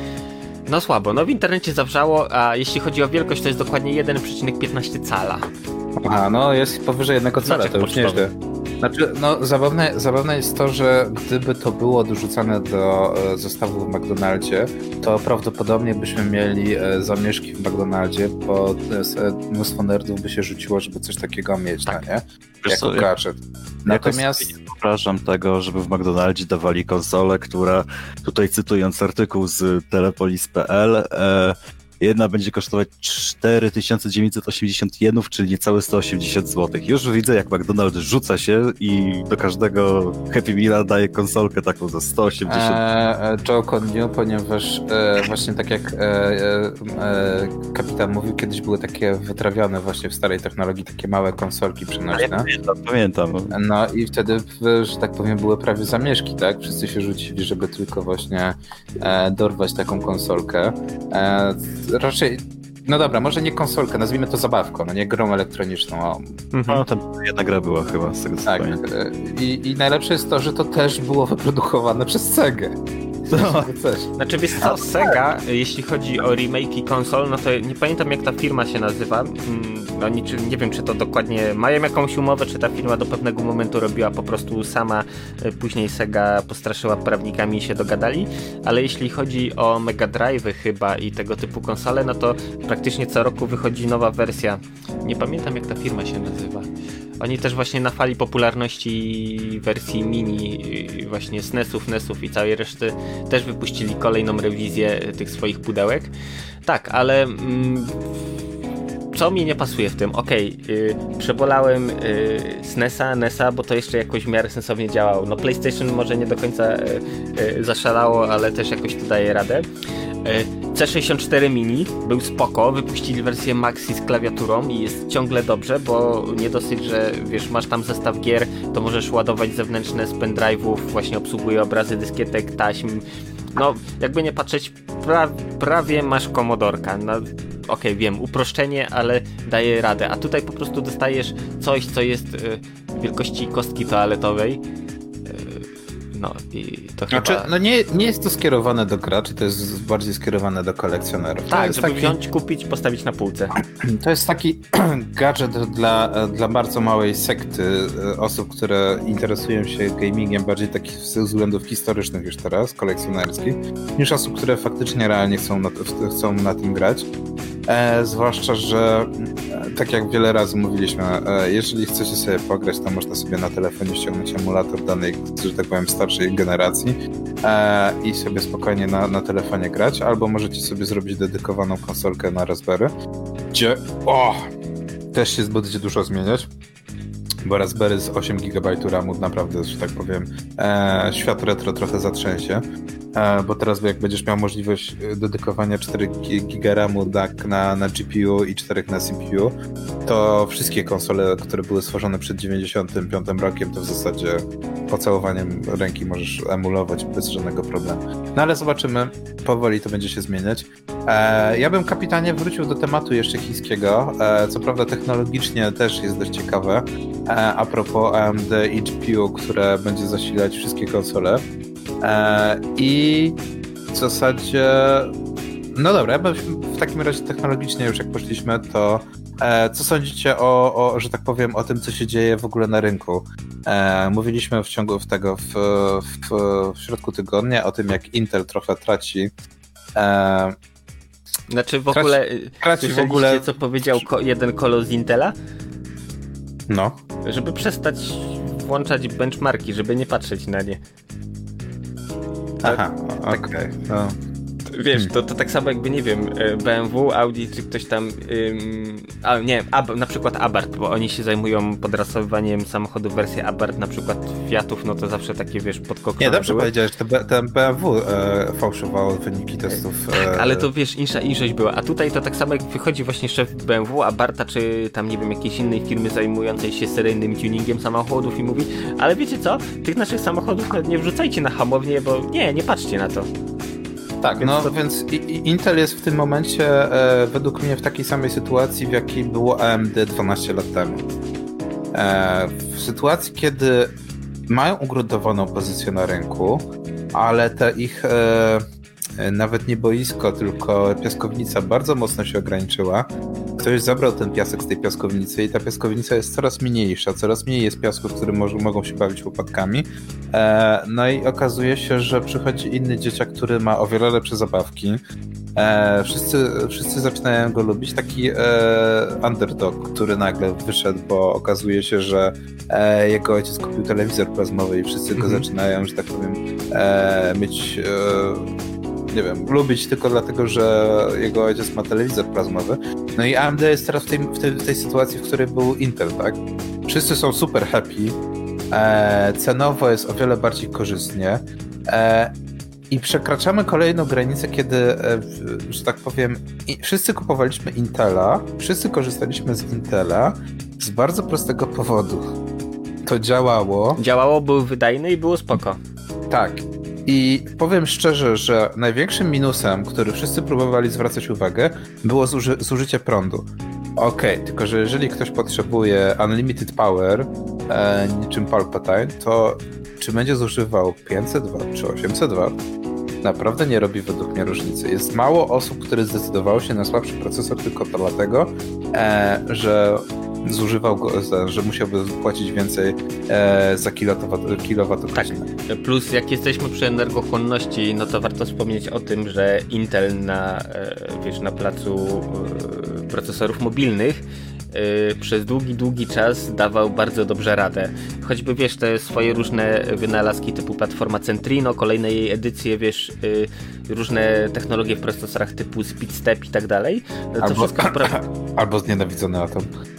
no słabo. No w internecie zawrzało, a jeśli chodzi o wielkość, to jest dokładnie jeden przecinek piętnaście cala. Aha, no jest powyżej jednego cala, Znaczek to już pocztowy. nieźle. Znaczy, no zabawne, zabawne jest to, że gdyby to było dorzucane do e, zestawu w McDonaldzie, to prawdopodobnie byśmy mieli e, zamieszki w McDonaldzie, bo e, mnóstwo nerdów by się rzuciło, żeby coś takiego mieć, tak. no, nie? Wiesz Jako co, gadżet. Natomiast... Nie wyobrażam tego, żeby w McDonaldzie dawali konsolę, która, tutaj cytując artykuł z telepolis kropka p l, e, jedna będzie kosztować cztery tysiące dziewięćset osiemdziesiąt jenów, czyli niecałe sto osiemdziesiąt złotych. Już widzę, jak McDonald's rzuca się i do każdego Happy Meala daje konsolkę taką za sto osiemdziesiąt. Eee, Joe Connew, ponieważ e, właśnie tak jak e, e, kapitan mówił, kiedyś były takie wytrawione właśnie w starej technologii, takie małe konsolki przenośne. Ja pamiętam, pamiętam. No i wtedy, że tak powiem, były prawie zamieszki, tak? Wszyscy się rzucili, żeby tylko właśnie e, dorwać taką konsolkę. E, raczej, no dobra, może nie konsolkę, nazwijmy to zabawką, no nie grą elektroniczną. O. Mhm. No tam jedna gra była chyba z tego co Tak, pamiętam. I, i najlepsze jest to, że to też było wyprodukowane przez Segę. No. Coś. Znaczy wiesz co, Sega, jeśli chodzi o remake'i konsol, no to nie pamiętam jak ta firma się nazywa. Oni, czy, nie wiem czy to dokładnie mają jakąś umowę, czy ta firma do pewnego momentu robiła po prostu sama, później Sega postraszyła prawnikami i się dogadali, ale jeśli chodzi o Mega Drive'y chyba i tego typu konsole, no to praktycznie co roku wychodzi nowa wersja. Nie pamiętam jak ta firma się nazywa. Oni też właśnie na fali popularności wersji mini, właśnie S N E S-ów, N E S-ów i całej reszty też wypuścili kolejną rewizję tych swoich pudełek. Tak, ale mm, co mi nie pasuje w tym? Okej, okay, yy, przebolałem yy, S N E S-a, N E S-a, bo to jeszcze jakoś w miarę sensownie działało. No PlayStation może nie do końca yy, yy, zaszalało, ale też jakoś tu daje radę. C sześćdziesiąt cztery mini był spoko, wypuścili wersję Maxi z klawiaturą i jest ciągle dobrze, bo nie dosyć, że wiesz, masz tam zestaw gier, to możesz ładować zewnętrzne z pendrive'ów, właśnie obsługuje obrazy dyskietek, taśm. No, jakby nie patrzeć, pra, prawie masz komodorka. No, okej, okay, wiem, uproszczenie, ale daje radę. A tutaj po prostu dostajesz coś, co jest y, wielkości kostki toaletowej. No i to znaczy, chyba... no nie, nie jest to skierowane do graczy, to jest bardziej skierowane do kolekcjonerów. Tak, jest żeby taki... wziąć, kupić, postawić na półce. To jest taki gadżet dla, dla bardzo małej sekty osób, które interesują się gamingiem bardziej takich ze względów historycznych już teraz, kolekcjonerskich, niż osób, które faktycznie realnie chcą na, chcą na tym grać. E, zwłaszcza, że tak jak wiele razy mówiliśmy, e, jeżeli chcecie sobie pograć, to można sobie na telefonie ściągnąć emulator danej, że tak powiem, starszej generacji e, i sobie spokojnie na, na telefonie grać, albo możecie sobie zrobić dedykowaną konsolkę na Raspberry, gdzie o, też się będzie dużo zmieniać, bo Raspberry z osiem gigabajtów ramu naprawdę, że tak powiem, e, świat retro trochę zatrzęsie. Bo teraz jak będziesz miał możliwość dedykowania cztery giga ramu na, na G P U i cztery na C P U, to wszystkie konsole, które były stworzone przed dziewięćdziesiątym piątym rokiem, to w zasadzie pocałowaniem ręki możesz emulować bez żadnego problemu. No ale zobaczymy, powoli to będzie się zmieniać. E, ja bym, kapitanie, wrócił do tematu jeszcze chińskiego, e, co prawda technologicznie też jest dość ciekawe, e, a propos A M D i G P U, które będzie zasilać wszystkie konsole. E, I w zasadzie... No dobra, ja bym w takim razie technologicznie już jak poszliśmy, to e, co sądzicie o, o, że tak powiem, o tym, co się dzieje w ogóle na rynku? E, mówiliśmy w ciągu w tego, w, w, w środku tygodnia o tym, jak Intel trochę traci. E, znaczy w traci, ogóle, traci w ogóle... co powiedział ko- jeden kolos z Intela? No. Żeby przestać włączać benchmarki, żeby nie patrzeć na nie. Aha, okej. Okay. No. Wiesz, to, to tak samo jakby, nie wiem, B M W, Audi, czy ktoś tam, ym, a nie, Ab, na przykład Abarth, bo oni się zajmują podrasowywaniem samochodów w wersji Abarth, na przykład Fiatów, no to zawsze takie, wiesz, podkoksone. Nie, dobrze były. powiedziałeś, że ten B M W e, fałszowało wyniki testów. E... Tak, ale to wiesz, insza, inszość była, a tutaj to tak samo jak wychodzi właśnie szef B M W, Abartha, czy tam, nie wiem, jakiejś innej firmy zajmującej się seryjnym tuningiem samochodów i mówi, ale wiecie co, tych naszych samochodów nie wrzucajcie na hamownię, bo nie, nie patrzcie na to. Tak, więc no to... więc Intel jest w tym momencie e, według mnie w takiej samej sytuacji, w jakiej było A M D dwanaście lat temu. E, w sytuacji, kiedy mają ugruntowaną pozycję na rynku, ale te ich e, nawet nie boisko, tylko piaskownica bardzo mocno się ograniczyła. Ktoś zabrał ten piasek z tej piaskownicy i ta piaskownica jest coraz mniejsza, coraz mniej jest piasku, w którym mo- mogą się bawić łopatkami. E, no i okazuje się, że przychodzi inny dzieciak, który ma o wiele lepsze zabawki. E, wszyscy, wszyscy zaczynają go lubić. Taki e, underdog, który nagle wyszedł, bo okazuje się, że e, jego ojciec kupił telewizor plazmowy i wszyscy go mm-hmm. zaczynają, że tak powiem, e, mieć... E, nie wiem, lubić tylko dlatego, że jego ojciec ma telewizor plazmowy. No i A M D jest teraz w tej, w tej, w tej sytuacji, w której był Intel, tak? Wszyscy są super happy, e, cenowo jest o wiele bardziej korzystnie e, i przekraczamy kolejną granicę, kiedy, e, że tak powiem, i, wszyscy kupowaliśmy Intela, wszyscy korzystaliśmy z Intela z bardzo prostego powodu. To działało. Działało, był wydajny i było spoko. Tak. I powiem szczerze, że największym minusem, który wszyscy próbowali zwracać uwagę, było zuży- zużycie prądu. Okej, okay, tylko że jeżeli ktoś potrzebuje unlimited power, e, niczym Palpatine, to czy będzie zużywał pięćset watów czy osiemset watów? Naprawdę nie robi według mnie różnicy. Jest mało osób, które zdecydowało się na słabszy procesor tylko to dlatego, e, że zużywał go, że musiałby płacić więcej e, za kilowatogodzinę. Tak, plus jak jesteśmy przy energochłonności, no to warto wspomnieć o tym, że Intel na, e, wiesz, na placu e, procesorów mobilnych e, przez długi, długi czas dawał bardzo dobrze radę. Choćby, wiesz, te swoje różne wynalazki typu platforma Centrino, kolejne jej edycje, wiesz, e, różne technologie w procesorach typu Speedstep i tak dalej. To albo, wszystko spra- albo znienawidzony atom.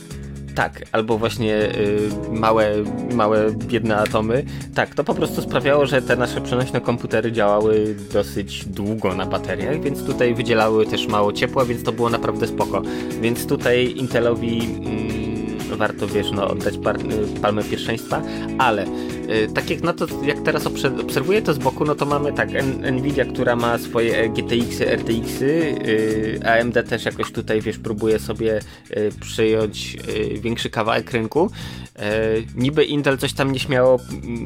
Tak, albo właśnie y, małe, małe, biedne atomy. Tak, to po prostu sprawiało, że te nasze przenośne komputery działały dosyć długo na bateriach, więc tutaj wydzielały też mało ciepła, więc to było naprawdę spoko. Więc tutaj Intelowi mm, warto, wiesz, no, oddać par, y, palmę pierwszeństwa, ale y, tak jak, no to, jak teraz obse- obserwuję to z boku, no to mamy tak N- Nvidia, która ma swoje G T X-y, R T X-y, y, A M D też jakoś tutaj, wiesz, próbuje sobie y, przyjąć y, większy kawałek rynku. E, niby Intel coś tam nieśmiało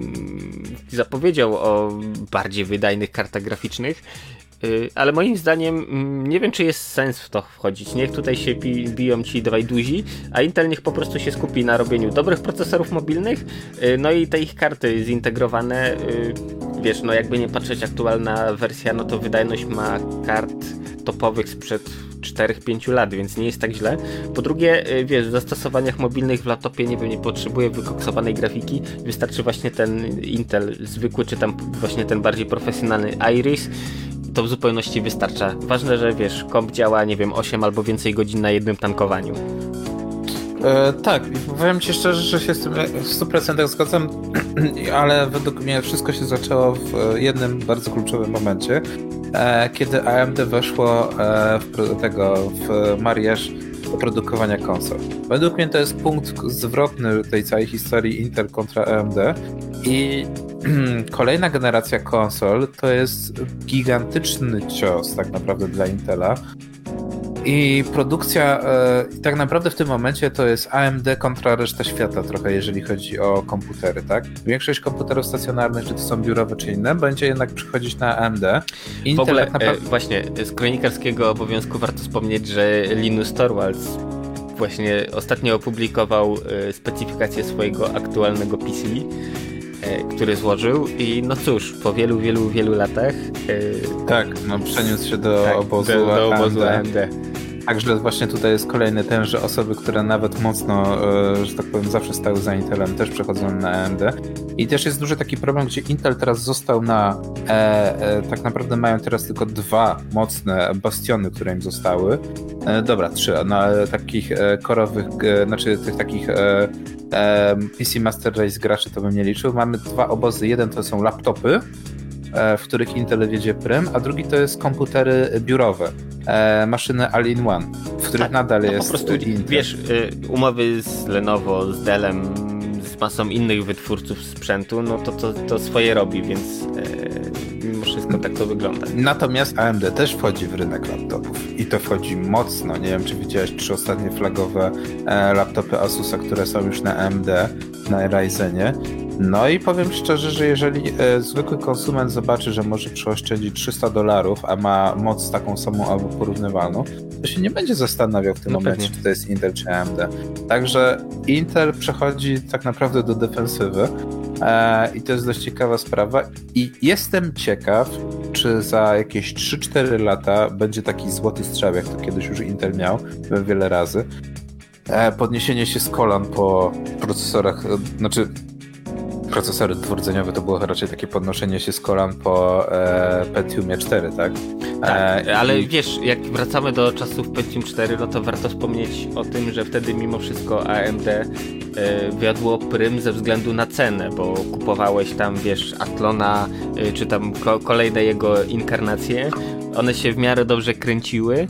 mm, zapowiedział o bardziej wydajnych kartach graficznych, y, ale moim zdaniem mm, nie wiem, czy jest sens w to wchodzić. Niech tutaj się pi- biją ci dwaj duzi, a Intel niech po prostu się skupi na robieniu dobrych procesorów mobilnych, y, no i te ich karty zintegrowane, y, wiesz, no jakby nie patrzeć, aktualna wersja, no to wydajność ma kart topowych sprzed cztery pięć lat, więc nie jest tak źle. Po drugie, wiesz, w zastosowaniach mobilnych w laptopie, nie wiem, nie potrzebuje wykoksowanej grafiki, wystarczy właśnie ten Intel zwykły, czy tam właśnie ten bardziej profesjonalny Iris, to w zupełności wystarcza. Ważne, że wiesz, komp działa, nie wiem, osiem albo więcej godzin na jednym tankowaniu. E, tak, powiem ci szczerze, że się z tym w stu procentach zgadzam, ale według mnie wszystko się zaczęło w jednym bardzo kluczowym momencie, e, kiedy A M D weszło e, w tego w mariaż do produkowania konsol. Według mnie to jest punkt zwrotny tej całej historii Intel kontra A M D i kolejna generacja konsol to jest gigantyczny cios tak naprawdę dla Intela. I produkcja, e, tak naprawdę w tym momencie to jest A M D kontra reszta świata trochę, jeżeli chodzi o komputery, tak? Większość komputerów stacjonarnych, czy to są biurowe, czy inne, będzie jednak przychodzić na A M D. Intel w ogóle, tak naprawdę... e, właśnie, z kronikarskiego obowiązku warto wspomnieć, że Linus Torvalds właśnie ostatnio opublikował e, specyfikację swojego aktualnego P C, e, który złożył i no cóż, po wielu, wielu, wielu latach... E, tak, no przeniósł się do tak, obozu, do, do obozu A M D. Także właśnie tutaj jest kolejny ten, że osoby, które nawet mocno, e, że tak powiem, zawsze stały za Intelem, też przechodzą na A M D. I też jest duży taki problem, gdzie Intel teraz został na... E, e, tak naprawdę mają teraz tylko dwa mocne bastiony, które im zostały. E, dobra, trzy. Na takich e, korowych, e, znaczy tych takich e, e, P C Master Race graczy to bym nie liczył. Mamy dwa obozy. Jeden to są laptopy, w których Intel wiedzie prym, a drugi to jest komputery biurowe, e, maszyny all-in-one, w których tak, nadal no jest po prostu, Intel. Wiesz, umowy z Lenovo, z Dellem, z masą innych wytwórców sprzętu, no to to, to swoje robi, więc e, mimo wszystko tak to wygląda. Natomiast A M D też wchodzi w rynek laptopów i to wchodzi mocno. Nie wiem, czy widziałeś trzy ostatnie flagowe e, laptopy Asusa, które są już na A M D, na Ryzenie. No i powiem szczerze, że jeżeli e, zwykły konsument zobaczy, że może przeoszczędzić trzysta dolarów, a ma moc taką samą albo porównywalną, to się nie będzie zastanawiał w tym no momencie, pewnie. Czy to jest Intel czy A M D. Także Intel przechodzi tak naprawdę do defensywy e, i to jest dość ciekawa sprawa i jestem ciekaw, czy za jakieś trzy cztery lata będzie taki złoty strzał, jak to kiedyś już Intel miał wiele razy. E, podniesienie się z kolan po procesorach, znaczy procesory dwurdzeniowe to było raczej takie podnoszenie się z kolan po e, Pentiumie cztery, tak? Tak, e, ale i... wiesz, jak wracamy do czasów Pentium cztery, no to warto wspomnieć o tym, że wtedy mimo wszystko A M D e, wiodło prym ze względu na cenę, bo kupowałeś tam, wiesz, Athlona, e, czy tam ko- kolejne jego inkarnacje, one się w miarę dobrze kręciły,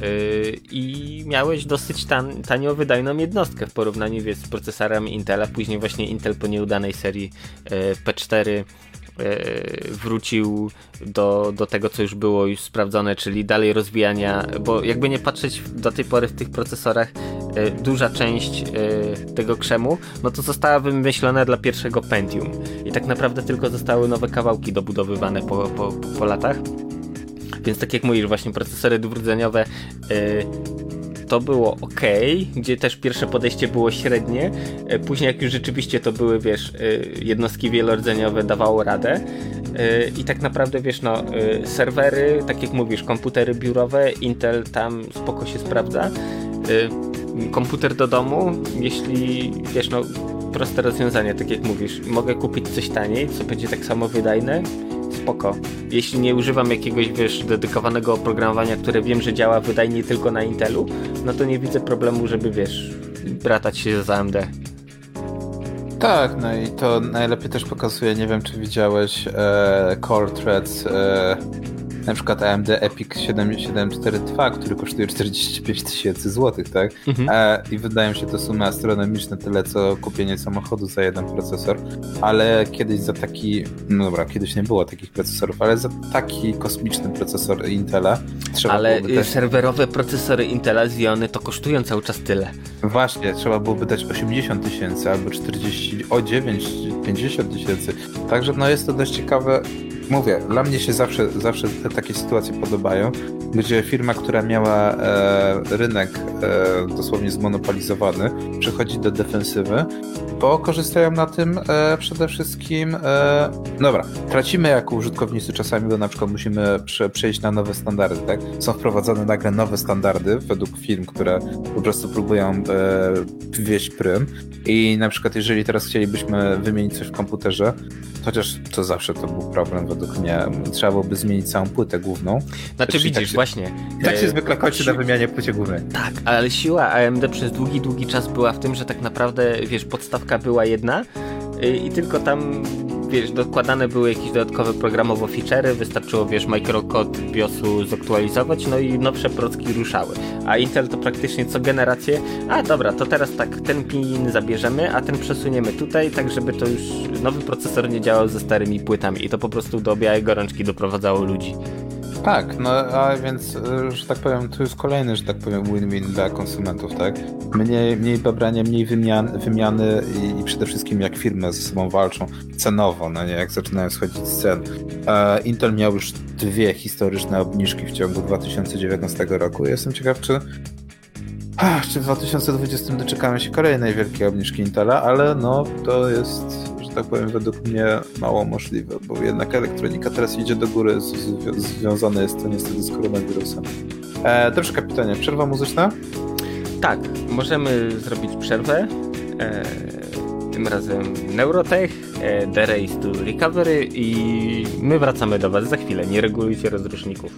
i miałeś dosyć tan- tanio wydajną jednostkę w porównaniu wiesz, z procesorami Intela. Później właśnie Intel po nieudanej serii P cztery wrócił do, do tego, co już było już sprawdzone, czyli dalej rozwijania, bo jakby nie patrzeć do tej pory w tych procesorach, duża część tego krzemu, no to została wymyślona dla pierwszego Pentium i tak naprawdę tylko zostały nowe kawałki dobudowywane po, po, po latach. Więc tak jak mówisz, właśnie procesory dwurdzeniowe yy, to było ok, gdzie też pierwsze podejście było średnie, yy, później jak już rzeczywiście to były, wiesz, yy, jednostki wielordzeniowe, dawało radę yy, i tak naprawdę, wiesz, no, yy, serwery, tak jak mówisz, komputery biurowe, Intel tam spoko się sprawdza, yy, komputer do domu, jeśli, wiesz, no, proste rozwiązanie, tak jak mówisz, mogę kupić coś taniej, co będzie tak samo wydajne, spoko. Jeśli nie używam jakiegoś, wiesz, dedykowanego oprogramowania, które wiem, że działa wydajnie tylko na Intelu, no to nie widzę problemu, żeby, wiesz, bratać się z A M D. Tak, no i to najlepiej też pokazuje, nie wiem, czy widziałeś e, Core Threads, e, na przykład A M D Epic siedem siedem cztery dwa, który kosztuje czterdzieści pięć tysięcy złotych, tak? Mhm. E, I wydają się to sumy astronomiczne, tyle co kupienie samochodu za jeden procesor, ale kiedyś za taki, no dobra, kiedyś nie było takich procesorów, ale za taki kosmiczny procesor Intela trzeba ale byłoby dać... serwerowe procesory Intela Xeony to kosztują cały czas tyle. Właśnie, trzeba byłoby dać osiemdziesiąt tysięcy albo czterdzieści, o dziewięć, pięćdziesiąt tysięcy. Także no jest to dość ciekawe. Mówię, dla mnie się zawsze, zawsze te takie sytuacje podobają, gdzie firma, która miała e, rynek e, dosłownie zmonopolizowany, przechodzi do defensywy, bo korzystają na tym e, przede wszystkim... E, dobra, tracimy jako użytkownicy czasami, bo na przykład musimy prze, przejść na nowe standardy, tak? Są wprowadzane nagle nowe standardy według firm, które po prostu próbują e, wwieźć prym i na przykład jeżeli teraz chcielibyśmy wymienić coś w komputerze, chociaż to zawsze to był problem według mnie, trzeba byłoby zmienić całą płytę główną. Znaczy widzisz, tak się, właśnie. Tak się e, zwykle kończy si- na wymianie płycie głównej. Tak, ale siła A M D przez długi, długi czas była w tym, że tak naprawdę, wiesz, podstawka była jedna i, i tylko tam, wiesz, dokładane były jakieś dodatkowe programowo feature'y, wystarczyło, wiesz, microcode BIOSu zaktualizować, no i nowsze procki ruszały. A Intel to praktycznie co generację, a dobra, to teraz tak, ten pin zabierzemy, a ten przesuniemy tutaj, tak żeby to już nowy procesor nie działał ze starymi płytami i to po prostu do białej gorączki doprowadzało ludzi. Tak, no a więc, że tak powiem, to jest kolejny, że tak powiem, win-win dla konsumentów, tak? Mniej, mniej babrania, mniej wymian, wymiany i, i przede wszystkim jak firmy ze sobą walczą cenowo, no nie, jak zaczynają schodzić z cen. E, Intel miał już dwie historyczne obniżki w ciągu dwa tysiące dziewiętnastego roku. Jestem ciekaw, czy, ach, czy w dwa tysiące dwudziestym doczekamy się kolejnej wielkiej obniżki Intela, ale no to jest, że tak powiem, według mnie mało możliwe, bo jednak elektronika teraz idzie do góry, z, z, związane jest to niestety z koronawirusem. E, dobrze, kapitanie, przerwa muzyczna? Tak, możemy zrobić przerwę. E, tym razem Neurotech, e, The Race to Recovery i my wracamy do Was za chwilę. Nie regulujcie rozruszników.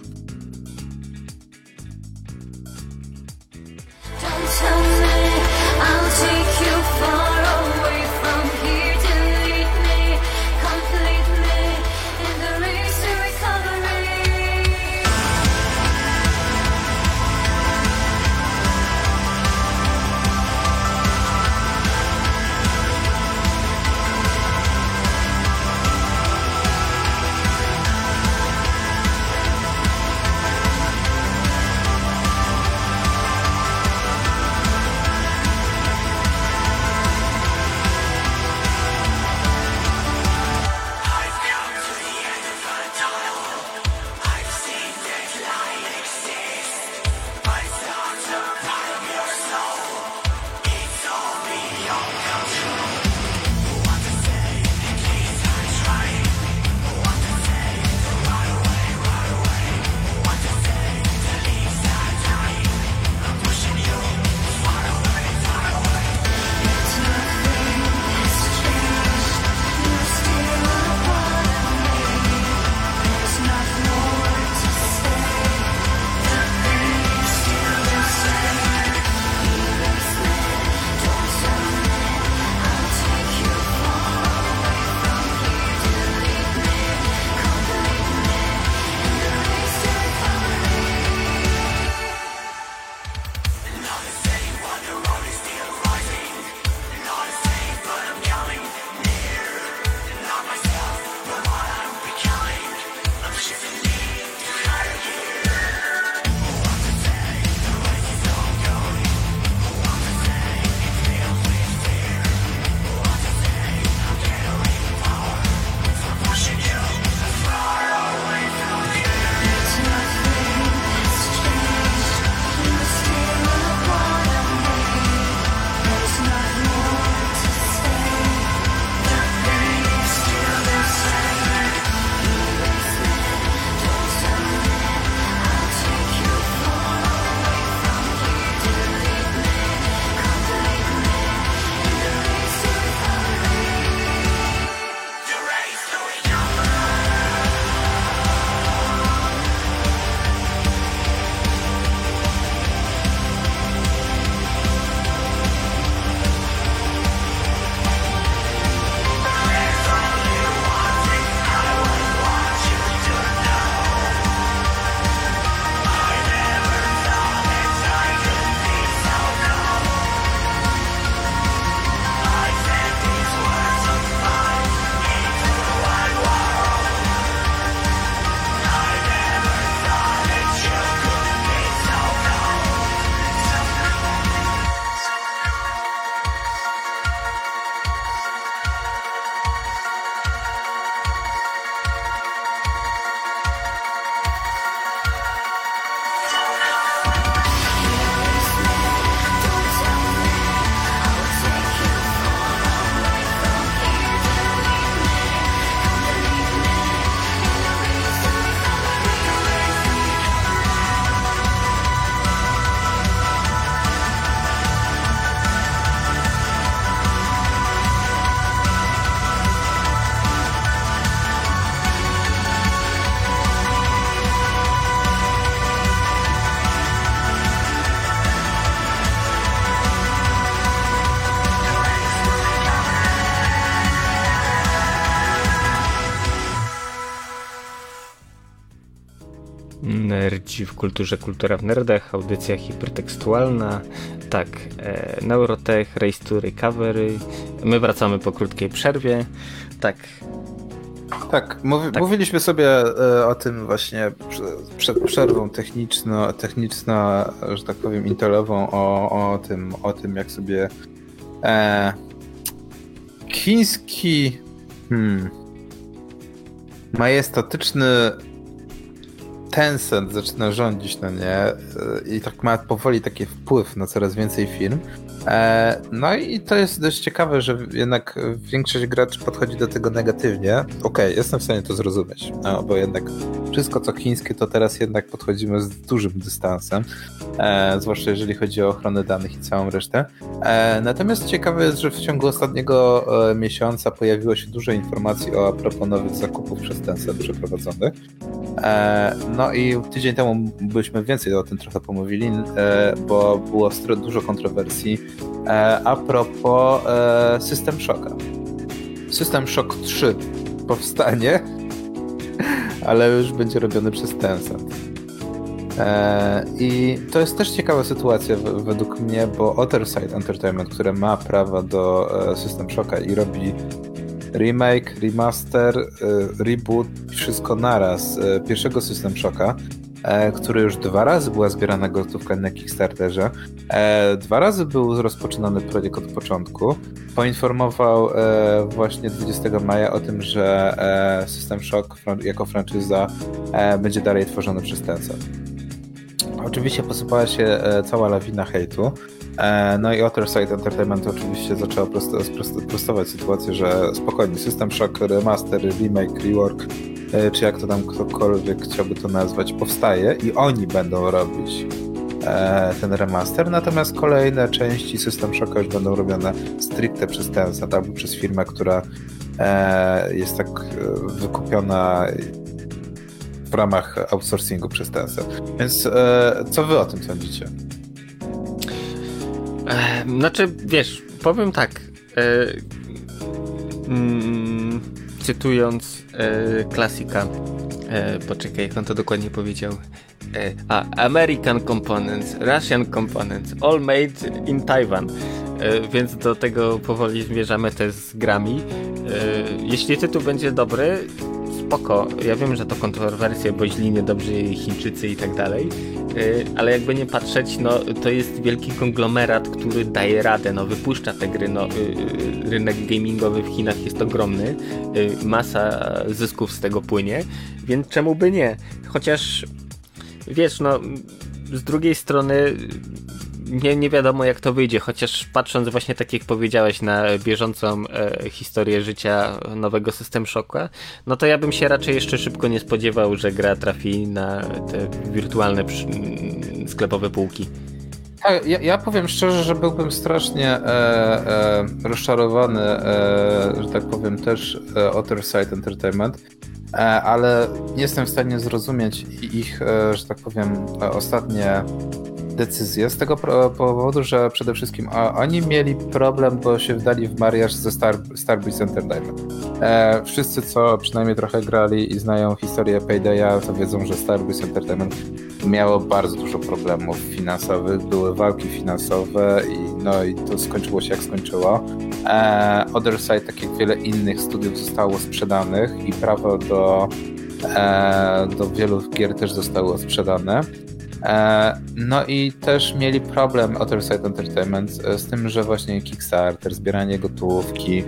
Nerdzi w kulturze, kultura w nerdach, audycja hipertekstualna. Tak, e, Neurotech, Race to Recovery. My wracamy po krótkiej przerwie. Tak, Tak, mówi, tak, mówiliśmy sobie e, o tym właśnie przed przerwą techniczno, techniczno, że tak powiem, intelową, o, o, tym, o tym, jak sobie e, chiński hmm, majestatyczny Tencent zaczyna rządzić, no nie? I tak ma powoli taki wpływ na coraz więcej firm. No i to jest dość ciekawe, że jednak większość graczy podchodzi do tego negatywnie. Okej, okay, jestem w stanie to zrozumieć, no, bo jednak wszystko co chińskie to teraz jednak podchodzimy z dużym dystansem, e, zwłaszcza jeżeli chodzi o ochronę danych i całą resztę. E, natomiast ciekawe jest, że w ciągu ostatniego e, miesiąca pojawiło się dużo informacji o a propos nowych zakupów przez Tencent przeprowadzonych. E, no i tydzień temu byśmy więcej o tym trochę pomówili, e, bo było dużo kontrowersji e, a propos e, System Shocka. System Shock trzy powstanie, ale już będzie robiony przez Tencent. E, I to jest też ciekawa sytuacja w, według mnie, bo Otherside Entertainment, które ma prawa do e, System Shocka i robi remake, remaster, e, reboot, wszystko naraz e, pierwszego System Shocka, e, który już dwa razy była zbierana gotówka na Kickstarterze, e, dwa razy był rozpoczynany projekt od początku. Poinformował e, właśnie dwudziestego maja o tym, że e, System Shock fran- jako franczyza e, będzie dalej tworzony przez Tencent. Oczywiście posypała się e, cała lawina hejtu. E, no i Otherside Entertainment oczywiście zaczęło prosto, prosto, prostować sytuację, że spokojnie, System Shock, remaster, remake, rework, e, czy jak to tam ktokolwiek chciałby to nazwać, powstaje i oni będą robić e, ten remaster, natomiast kolejne części System Shocka już będą robione stricte przez Tencent albo przez firmę, która e, jest tak wykupiona w ramach outsourcingu przez Tencent. Więc e, co wy o tym sądzicie? E, znaczy, wiesz, powiem tak, e, mm, cytując e, klasika, e, poczekaj, jak on to dokładnie powiedział, e, a American Components, Russian Components, all made in Taiwan, e, więc do tego powoli zmierzamy też z grami. E, jeśli tytuł będzie dobry, spoko, ja wiem, że to kontrowersje, bo źli, niedobrzy Chińczycy i tak dalej, ale jakby nie patrzeć, no to jest wielki konglomerat, który daje radę, no wypuszcza te gry, no rynek gamingowy w Chinach jest ogromny, masa zysków z tego płynie, więc czemu by nie? Chociaż wiesz, no z drugiej strony nie, nie wiadomo jak to wyjdzie, chociaż patrząc właśnie tak jak powiedziałeś na bieżącą e, historię życia nowego System Shocka, no to ja bym się raczej jeszcze szybko nie spodziewał, że gra trafi na te wirtualne przy, sklepowe półki. Tak, ja, ja powiem szczerze, że byłbym strasznie e, e, rozczarowany, e, że tak powiem też e, Otherside Entertainment, e, ale nie jestem w stanie zrozumieć ich, e, że tak powiem, e, ostatnie decyzję z tego powodu, że przede wszystkim a, oni mieli problem, bo się wdali w mariaż ze Star, Starbreeze Entertainment. E, wszyscy, co przynajmniej trochę grali i znają historię Paydaya, to wiedzą, że Starbreeze Entertainment miało bardzo dużo problemów finansowych, były walki finansowe i, no, i to skończyło się jak skończyło. E, Otherside, tak jak wiele innych studiów, zostało sprzedanych i prawo do, e, do wielu gier też zostało sprzedane. No i też mieli problem Otherside Entertainment z tym, że właśnie Kickstarter, zbieranie gotówki,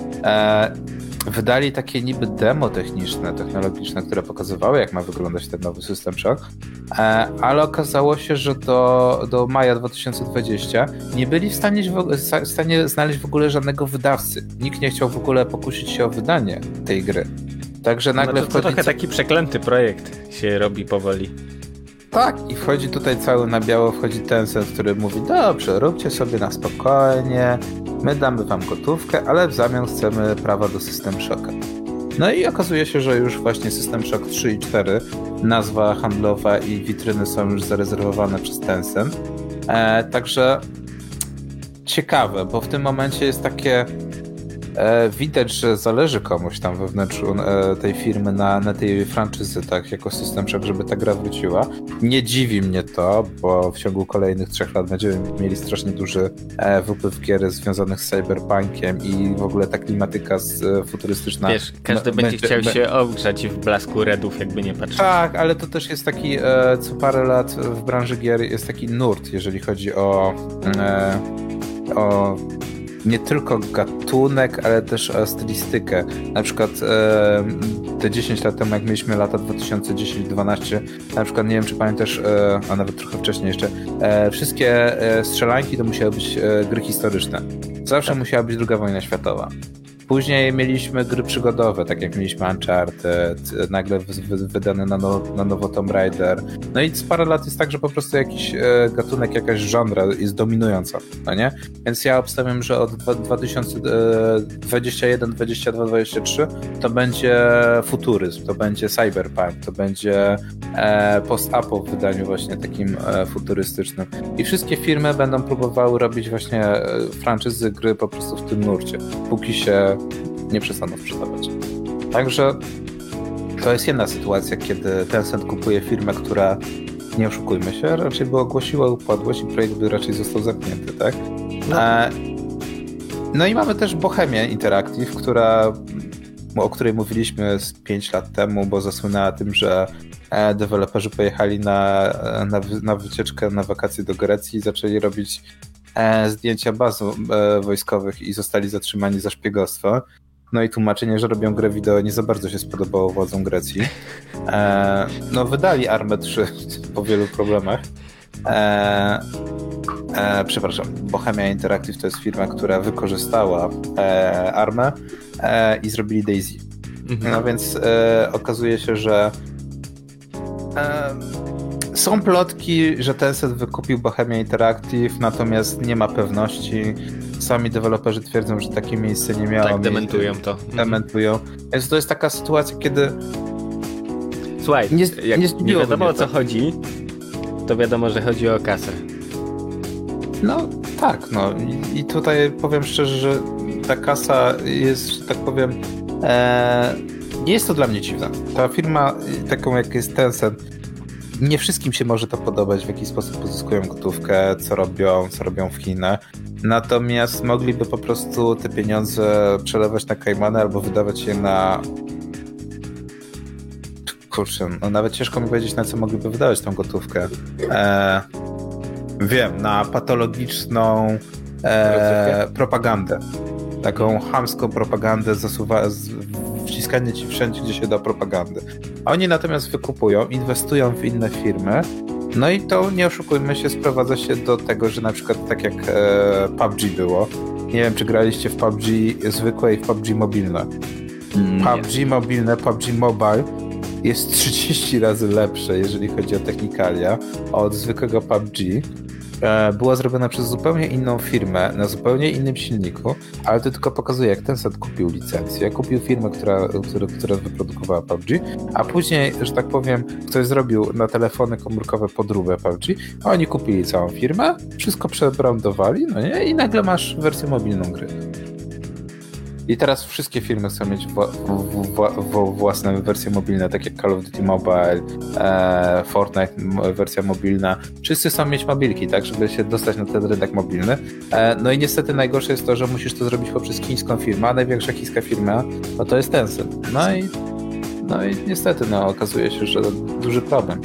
wydali takie niby demo techniczne, technologiczne, które pokazywały, jak ma wyglądać ten nowy System Shock, ale okazało się, że do, do maja dwa tysiące dwudziestego nie byli w stanie, w stanie znaleźć w ogóle żadnego wydawcy. Nikt nie chciał w ogóle pokusić się o wydanie tej gry. Także nagle no to, to wchodzi... trochę taki przeklęty projekt się robi powoli. Tak, i wchodzi tutaj cały na biało, wchodzi Tencent, który mówi, dobrze, róbcie sobie na spokojnie, my damy wam gotówkę, ale w zamian chcemy prawa do System Shocka. No i okazuje się, że już właśnie System Shock trzy i cztery, nazwa handlowa i witryny są już zarezerwowane przez Tencent. E, także ciekawe, bo w tym momencie jest takie e, widać, że zależy komuś tam we wnętrzu e, tej firmy na, na tej franczyzy, tak, jako System Shock, żeby ta gra wróciła. Nie dziwi mnie to, bo w ciągu kolejnych trzech lat będziemy mieli strasznie duży e, wypływ gier związanych z cyberpunkiem i w ogóle ta klimatyka z, e, futurystyczna. Wiesz, każdy będzie chciał się ogrzać w blasku redów, jakby nie patrzeć. Tak, ale to też jest taki, e, co parę lat w branży gier jest taki nurt, jeżeli chodzi o, e, o nie tylko gatunek, ale też o stylistykę. Na przykład e, te dziesięć lat temu, jak mieliśmy lata dwa tysiące dziesiąt dwanaście, na przykład nie wiem, czy pamiętasz, e, a nawet trochę wcześniej jeszcze, e, wszystkie e, strzelanki to musiały być e, gry historyczne. Zawsze tak. musiała być druga wojna światowa. Później mieliśmy gry przygodowe, tak jak mieliśmy Uncharted, nagle wydane na, no, na nowo Tomb Raider. No i z parę lat jest tak, że po prostu jakiś e, gatunek, jakaś żonra jest dominująca, no nie? Więc ja obstawiam, że od dwa tysiące dwudziesty pierwszy, dwudziesty drugi, dwudziesty trzeci to będzie futuryzm, to będzie cyberpunk, to będzie e, post-apo w wydaniu właśnie takim e, futurystycznym. I wszystkie firmy będą próbowały robić właśnie e, franczyzy gry po prostu w tym nurcie, póki się nie przestaną sprzedawać. Także to jest jedna sytuacja, kiedy Tencent kupuje firmę, która, nie oszukujmy się, raczej by ogłosiła upadłość i projekt by raczej został zamknięty, tak? No, e, no i mamy też Bohemię Interactive, która, o której mówiliśmy z pięć lat temu, bo zasłynęła tym, że deweloperzy pojechali na, na, na wycieczkę, na wakacje do Grecji i zaczęli robić e, zdjęcia baz e, wojskowych i zostali zatrzymani za szpiegostwo. No i tłumaczenie, że robią grę wideo, nie za bardzo się spodobało władzom Grecji. E, no wydali Armę trzy po wielu problemach. E, e, przepraszam, Bohemia Interactive to jest firma, która wykorzystała e, Armę e, i zrobili DayZ. Mhm. No więc e, okazuje się, że e, są plotki, że Tencent wykupił Bohemia Interactive, natomiast nie ma pewności. Sami deweloperzy twierdzą, że takie miejsce nie miało. Tak, dementują to. Dementują. Więc to jest taka sytuacja, kiedy Słuchaj, nie, jak nie, nie wiadomo o co to. chodzi, to wiadomo, że chodzi o kasę. No tak, no i, i tutaj powiem szczerze, że ta kasa jest, że tak powiem, e, nie jest to dla mnie dziwne. Ta firma, taką jak jest Tencent, nie wszystkim się może to podobać, w jaki sposób pozyskują gotówkę, co robią, co robią w Chinach. Natomiast mogliby po prostu te pieniądze przelewać na Caimany albo wydawać je na... Kurczę, no nawet ciężko mi powiedzieć, na co mogliby wydawać tą gotówkę. E, wiem, na patologiczną e, propagandę. Taką chamską propagandę, zasuwa, z, wciskanie ci wszędzie, gdzie się da propagandy. Oni natomiast wykupują, inwestują w inne firmy, no i to, nie oszukujmy się, sprowadza się do tego, że na przykład tak jak e, P U B G było, nie wiem, czy graliście w P U B G zwykłe i w P U B G mobilne. Mm, P U B G mobilne, P U B G Mobile jest trzydzieści razy lepsze, jeżeli chodzi o technikalia, od zwykłego P U B G. E, była zrobiona przez zupełnie inną firmę, na zupełnie innym silniku, ale to tylko pokazuje, jak Tencent kupił licencję, kupił firmę, która, która, która wyprodukowała P U B G, a później, że tak powiem, ktoś zrobił na telefony komórkowe podróbę P U B G, a oni kupili całą firmę, wszystko przebrandowali, no nie? I nagle masz wersję mobilną gry. I teraz wszystkie firmy chcą mieć w, w, w, w własne wersje mobilne, tak jak Call of Duty Mobile, e, Fortnite wersja mobilna. Wszyscy chcą mieć mobilki, tak, żeby się dostać na ten rynek mobilny. E, no i niestety najgorsze jest to, że musisz to zrobić poprzez chińską firmę, a największa chińska firma no to jest Tencent. No i, no i niestety no, okazuje się, że duży problem.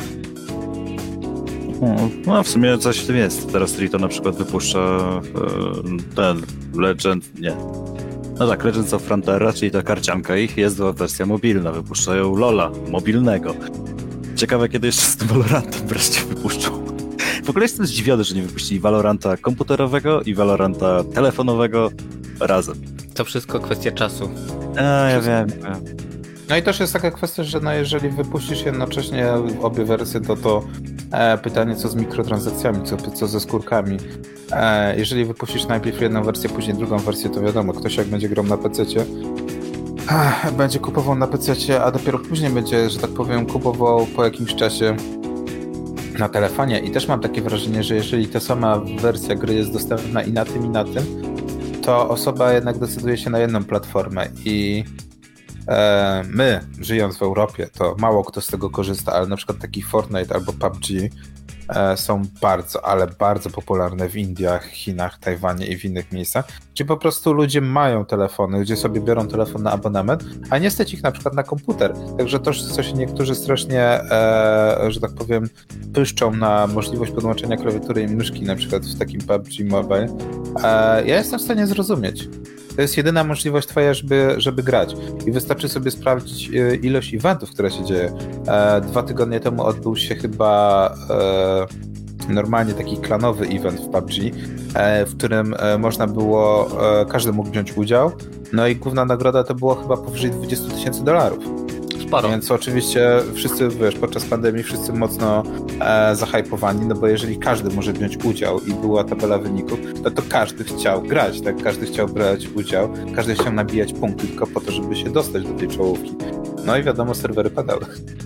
No w sumie coś w tym jest. Teraz Rito na przykład wypuszcza e, ten Legend, nie. No tak, Legends of Frontera, czyli ta karcianka ich, jest wersja mobilna, wypuszczają Lola, mobilnego. Ciekawe, kiedy jeszcze z tym Valorantem wreszcie wypuszczą. W ogóle jestem zdziwiony, że nie wypuścili Valoranta komputerowego i Valoranta telefonowego razem. To wszystko kwestia czasu. A, ja wiem, wiem. No i też jest taka kwestia, że no jeżeli wypuścisz jednocześnie obie wersje, to to e, pytanie, co z mikrotransakcjami, co, co ze skórkami. E, jeżeli wypuścisz najpierw jedną wersję, później drugą wersję, to wiadomo, ktoś jak będzie grał na pececie, e, będzie kupował na pececie, a dopiero później będzie, że tak powiem, kupował po jakimś czasie na telefonie. I też mam takie wrażenie, że jeżeli ta sama wersja gry jest dostępna i na tym, i na tym, to osoba jednak decyduje się na jedną platformę i e, my, żyjąc w Europie, to mało kto z tego korzysta, ale na przykład taki Fortnite albo P U B G e, są bardzo, ale bardzo popularne w Indiach, Chinach, Tajwanie i w innych miejscach, gdzie po prostu ludzie mają telefony, gdzie sobie biorą telefon na abonament, a nie stać ich na przykład na komputer. Także to, co się niektórzy strasznie, e, że tak powiem, pyszczą na możliwość podłączenia klawiatury i myszki, na przykład w takim P U B G Mobile, e, ja jestem w stanie zrozumieć. To jest jedyna możliwość twoja, żeby, żeby grać. I wystarczy sobie sprawdzić ilość eventów, które się dzieje. E, dwa tygodnie temu odbył się chyba e, normalnie taki klanowy event w P U B G, e, w którym e, można było, e, każdy mógł wziąć udział. No i główna nagroda to było chyba powyżej dwadzieścia tysięcy dolarów. Sporo. Więc oczywiście wszyscy, wiesz, podczas pandemii wszyscy mocno e, zahypowani, no bo jeżeli każdy może wziąć udział i była tabela wyników, to to każdy chciał grać, tak? Każdy chciał brać udział, każdy chciał nabijać punkty tylko po to, żeby się dostać do tej czołówki. No i wiadomo, serwery padały.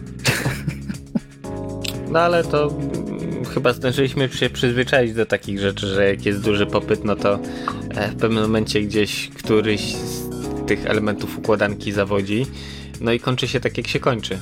No ale to mm, chyba zdążyliśmy się przyzwyczaić do takich rzeczy, że jak jest duży popyt, no to e, w pewnym momencie gdzieś któryś z tych elementów układanki zawodzi. No i kończy się tak, jak się kończy.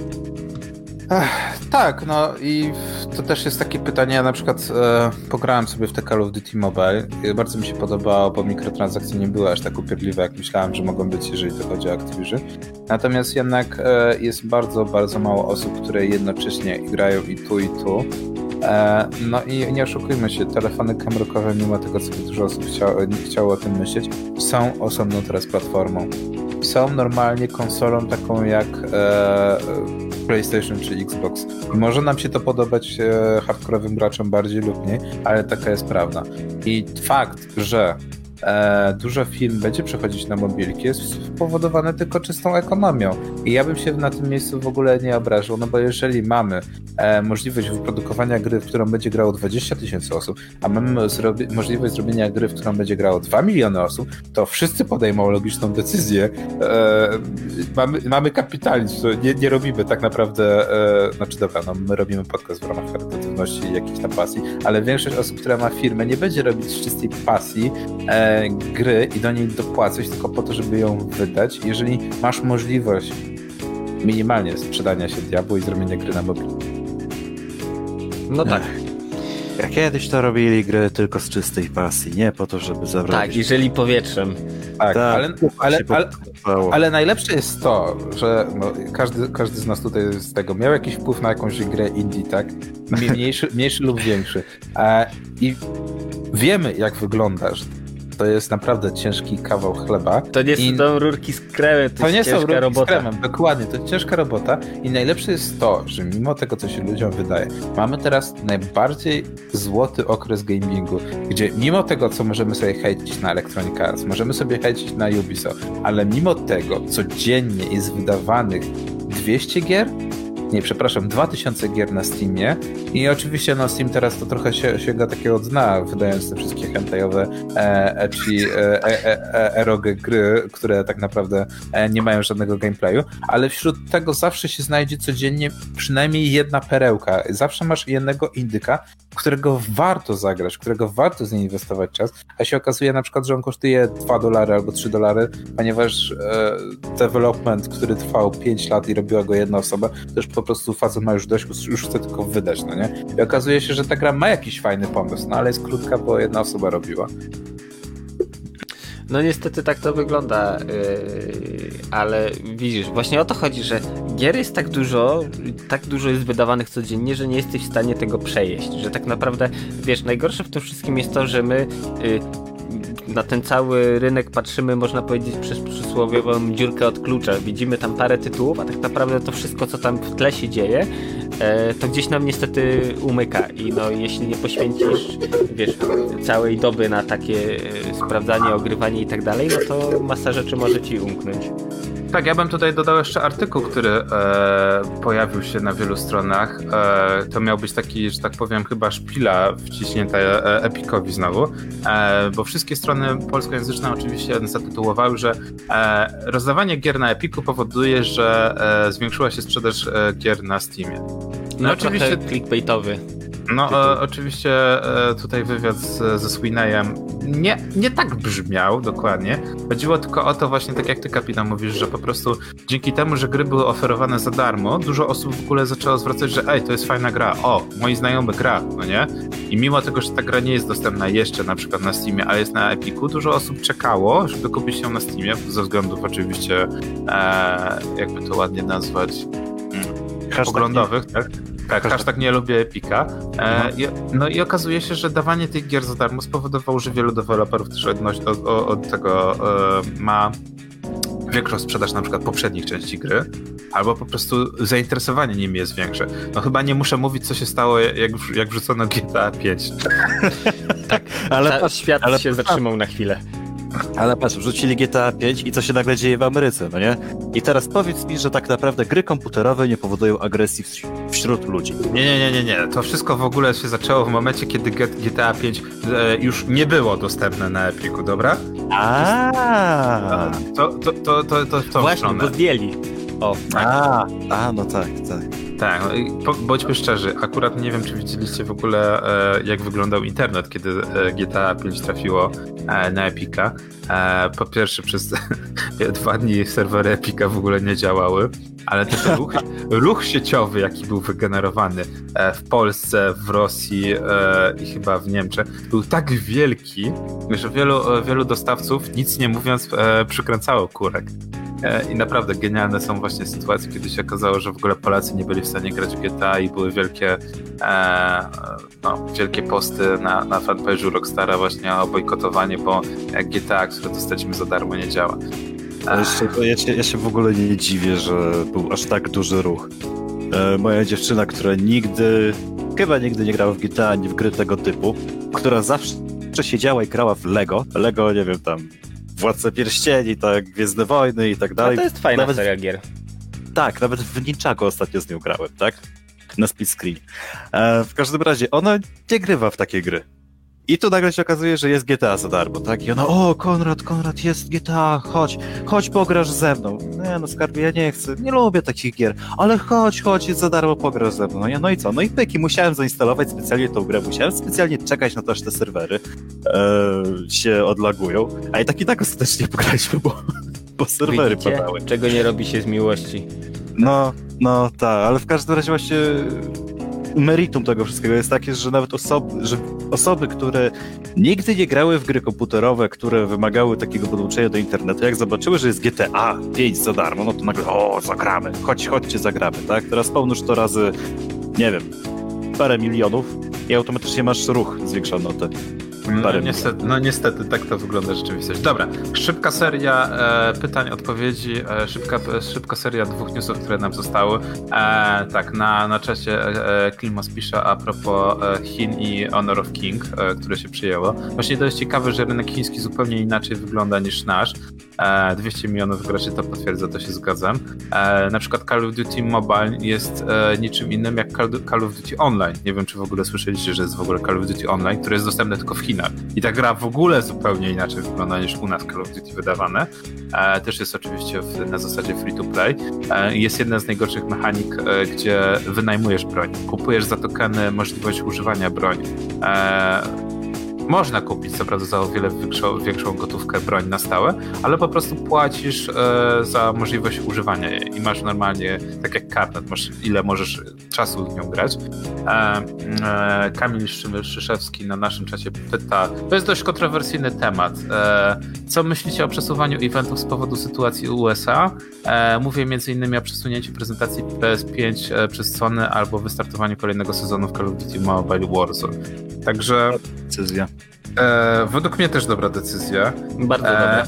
Ech, tak, no i to też jest takie pytanie, ja na przykład e, pograłem sobie w te Call of Duty Mobile i bardzo mi się podobało, bo mikrotransakcje nie były aż tak upierdliwe, jak myślałem, że mogą być, jeżeli to chodzi o Activision. Natomiast jednak e, jest bardzo, bardzo mało osób, które jednocześnie grają i tu, i tu. E, no i nie oszukujmy się, telefony komórkowe, mimo tego, co dużo osób chciało, nie chciało o tym myśleć, są osobną teraz platformą. Są normalnie konsolą taką jak e, PlayStation czy Xbox. I może nam się to podobać e, hardkorowym graczom bardziej lub mniej, ale taka jest prawda. I fakt, że e, dużo firm będzie przechodzić na mobilki, jest spowodowane tylko czystą ekonomią. I ja bym się na tym miejscu w ogóle nie obrażał, no bo jeżeli mamy e, możliwość wyprodukowania gry, w którą będzie grało dwadzieścia tysięcy osób, a mamy zrobi- możliwość zrobienia gry, w którą będzie grało dwa miliony osób, to wszyscy podejmą logiczną decyzję. E, mamy, mamy kapitalizm, to nie, nie robimy tak naprawdę, e, znaczy dobra, no my robimy podcast w ramach charytatywności i jakiejś tam pasji, ale większość osób, która ma firmę, nie będzie robić z czystej pasji e, gry i do niej dopłacać tylko po to, żeby ją wydać. Jeżeli masz możliwość minimalnie sprzedania się diabłu i zrobienia gry na mobil. No tak. Jak kiedyś to robili gry tylko z czystej pasji, nie po to, żeby zabrać. Tak, jeżeli powietrzem. Tak, Tak, ale, ale, ale, podobało. ale najlepsze jest to, że no, każdy, każdy z nas tutaj z tego miał jakiś wpływ na jakąś grę indie, tak? Mniejszy, mniejszy lub większy. E, I wiemy, jak wyglądasz. To jest naprawdę ciężki kawał chleba. To nie I... są rurki z kremem, to, To jest nie są ciężka rurki robota. z kremem, dokładnie, to jest ciężka robota i najlepsze jest to, że mimo tego, co się ludziom wydaje, mamy teraz najbardziej złoty okres gamingu, gdzie mimo tego, co możemy sobie hejcić na Electronic Arts, możemy sobie hejcić na Ubisoft, ale mimo tego, codziennie jest wydawanych dwieście gier, nie, przepraszam, dwa tysiące gier na Steamie i oczywiście no Steam teraz to trochę się, sięga takiego dna, wydając te wszystkie hentajowe e, ecchi, e, e, e, eroge gry, które tak naprawdę e, nie mają żadnego gameplayu, ale wśród tego zawsze się znajdzie codziennie przynajmniej jedna perełka. Zawsze masz jednego indyka, w którego warto zagrać, w którego warto zainwestować czas, a się okazuje na przykład, że on kosztuje dwa dolary albo trzy dolary, ponieważ e, development, który trwał pięć lat i robiła go jedna osoba, to już po prostu facet ma już dość, już chce tylko wydać, no nie? I okazuje się, że ta gra ma jakiś fajny pomysł, no ale jest krótka, bo jedna osoba robiła. No niestety tak to wygląda, yy, ale widzisz, właśnie o to chodzi, że gier jest tak dużo, tak dużo jest wydawanych codziennie, że nie jesteś w stanie tego przejeść, że tak naprawdę, wiesz, najgorsze w tym wszystkim jest to, że my yy, na ten cały rynek patrzymy, można powiedzieć, przez przysłowiową dziurkę od klucza. Widzimy tam parę tytułów, a tak naprawdę to wszystko, co tam w tle się dzieje, e, to gdzieś nam niestety umyka. I no, jeśli nie poświęcisz, wiesz, całej doby na takie e, sprawdzanie, ogrywanie i tak dalej, no to masa rzeczy może ci umknąć. Tak, ja bym tutaj dodał jeszcze artykuł, który e, pojawił się na wielu stronach. E, to miał być taki, że tak powiem, chyba szpila wciśnięta e, Epicowi znowu, e, bo wszystkie strony polskojęzyczne oczywiście zatytułowały, że e, rozdawanie gier na Epiku powoduje, że e, zwiększyła się sprzedaż e, gier na Steamie. No, No oczywiście trochę clickbaitowy. No tytuł. e, oczywiście e, tutaj wywiad z, ze Sweeneyem nie, nie tak brzmiał dokładnie. Chodziło tylko o to właśnie, tak jak ty, kapitan, mówisz, że po prostu dzięki temu, że gry były oferowane za darmo, dużo osób w ogóle zaczęło zwracać, że ej, to jest fajna gra, o, moi znajomy gra, no nie? I mimo tego, że ta gra nie jest dostępna jeszcze na przykład na Steamie, ale jest na Epiku, dużo osób czekało, żeby kupić ją na Steamie, ze względów oczywiście, e, jakby to ładnie nazwać, mm, poglądowych, tak? Tak, hashtag nie lubię Epika. E, i, no i okazuje się, że dawanie tych gier za darmo spowodowało, że wielu deweloperów też odnoś, od, od tego e, ma większą sprzedaż na przykład poprzednich części gry, albo po prostu zainteresowanie nimi jest większe. No chyba nie muszę mówić, co się stało, jak, jak wrzucono G T A pięć. Tak, ale patrz, świat ale się zatrzymał na chwilę. Ale patrz, wrzucili G T A pięć i co się nagle dzieje w Ameryce, no nie? I teraz powiedz mi, że tak naprawdę gry komputerowe nie powodują agresji w, wśród ludzi. Nie, nie, nie, nie, nie. To wszystko w ogóle się zaczęło w momencie, kiedy G T A pięć e, już nie było dostępne na Epiku, dobra? A, To, to, to, to, to w tą Właśnie, stronę. bo zdjęli. O, a, a, no tak, tak. Tak, no i po, bądźmy szczerzy, akurat nie wiem, czy widzieliście w ogóle, e, jak wyglądał internet, kiedy e, G T A pięć trafiło e, na Epika. E, po pierwsze, przez dwa dni serwery Epika w ogóle nie działały, ale też ruch, ruch sieciowy, jaki był wygenerowany e, w Polsce, w Rosji e, i chyba w Niemczech, był tak wielki, że wielu, e, wielu dostawców, nic nie mówiąc, e, przykręcało kurek. I naprawdę genialne są właśnie sytuacje, kiedy się okazało, że w ogóle Polacy nie byli w stanie grać w G T A i były wielkie e, no, wielkie posty na, na fanpage'u Rockstara właśnie o bojkotowanie, bo G T A, które dostaliśmy za darmo, nie działa. Ale jeszcze, ja, się, ja się w ogóle nie dziwię, że był aż tak duży ruch. E, moja dziewczyna, która nigdy, chyba nigdy nie grała w G T A ani w gry tego typu, która zawsze siedziała i grała w Lego, Lego, nie wiem, tam Władcę Pierścieni, tak, Gwiezdne Wojny i tak a dalej. to jest fajna nawet, seria gier. Tak, nawet w Ninjago ostatnio z nią grałem, tak? Na split screen. E, w każdym razie, ona nie grywa w takie gry. I tu nagle się okazuje, że jest G T A za darmo, tak? I ona, o, Konrad, Konrad, jest G T A, chodź, chodź pograsz ze mną. Nie, no skarbie, ja nie chcę, nie lubię takich gier, ale chodź, chodź, jest za darmo, pograsz ze mną. No, ja, no i co? No i pyki, musiałem zainstalować specjalnie tą grę, musiałem specjalnie czekać na to, aż te serwery e, się odlagują, a i tak i tak ostatecznie pograliśmy, bo, bo serwery Widzicie, padały. czego nie robi się z miłości. No, no tak, ale w każdym razie właśnie meritum tego wszystkiego jest takie, że nawet osoby, że osoby, które nigdy nie grały w gry komputerowe, które wymagały takiego podłączenia do internetu, jak zobaczyły, że jest G T A pięć za darmo, no to nagle, o, zagramy, chodź, chodźcie, zagramy, tak? Teraz pomnóż to razy, nie wiem, parę milionów i automatycznie masz ruch zwiększony o te No niestety, no niestety, tak to wygląda rzeczywistość. Dobra, szybka seria e, pytań, odpowiedzi, e, szybka, szybka seria dwóch newsów, które nam zostały. E, tak, na, na czacie e, Klimos pisze a propos e, Chin i Honor of King, e, które się przyjęło. Właśnie to jest ciekawe, że rynek chiński zupełnie inaczej wygląda niż nasz. E, dwieście milionów graczy to potwierdza, to się zgadzam. E, na przykład Call of Duty Mobile jest e, niczym innym jak Call, Call of Duty Online. Nie wiem, czy w ogóle słyszeliście, że jest w ogóle Call of Duty Online, które jest dostępne tylko w Chinach. I ta gra w ogóle zupełnie inaczej wygląda niż u nas Call of Duty wydawane. E, też jest oczywiście w, na zasadzie free to play. E, jest jedna z najgorszych mechanik, e, gdzie wynajmujesz broń. Kupujesz za tokeny możliwość używania broni. E, Można kupić co prawda za o wiele większą, większą gotówkę broń na stałe, ale po prostu płacisz e, za możliwość używania jej i masz normalnie, tak jak karnet, masz ile możesz czasu w nią grać. E, e, Kamil Szyszewski na naszym czacie pyta, to jest dość kontrowersyjny temat, e, co myślicie o przesuwaniu eventów z powodu sytuacji U S A? E, mówię między innymi o przesunięciu prezentacji P S pięć e, przez Sony albo wystartowaniu kolejnego sezonu w Call of Duty Mobile Warzone. Także decyzja. E, według mnie też dobra decyzja. Bardzo e, dobra.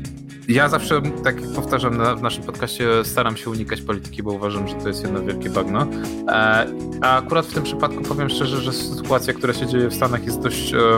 Ja zawsze, tak jak powtarzam na, w naszym podcaście, staram się unikać polityki, bo uważam, że to jest jedno wielkie bagno. E, a akurat w tym przypadku powiem szczerze, że sytuacja, która się dzieje w Stanach jest dość e,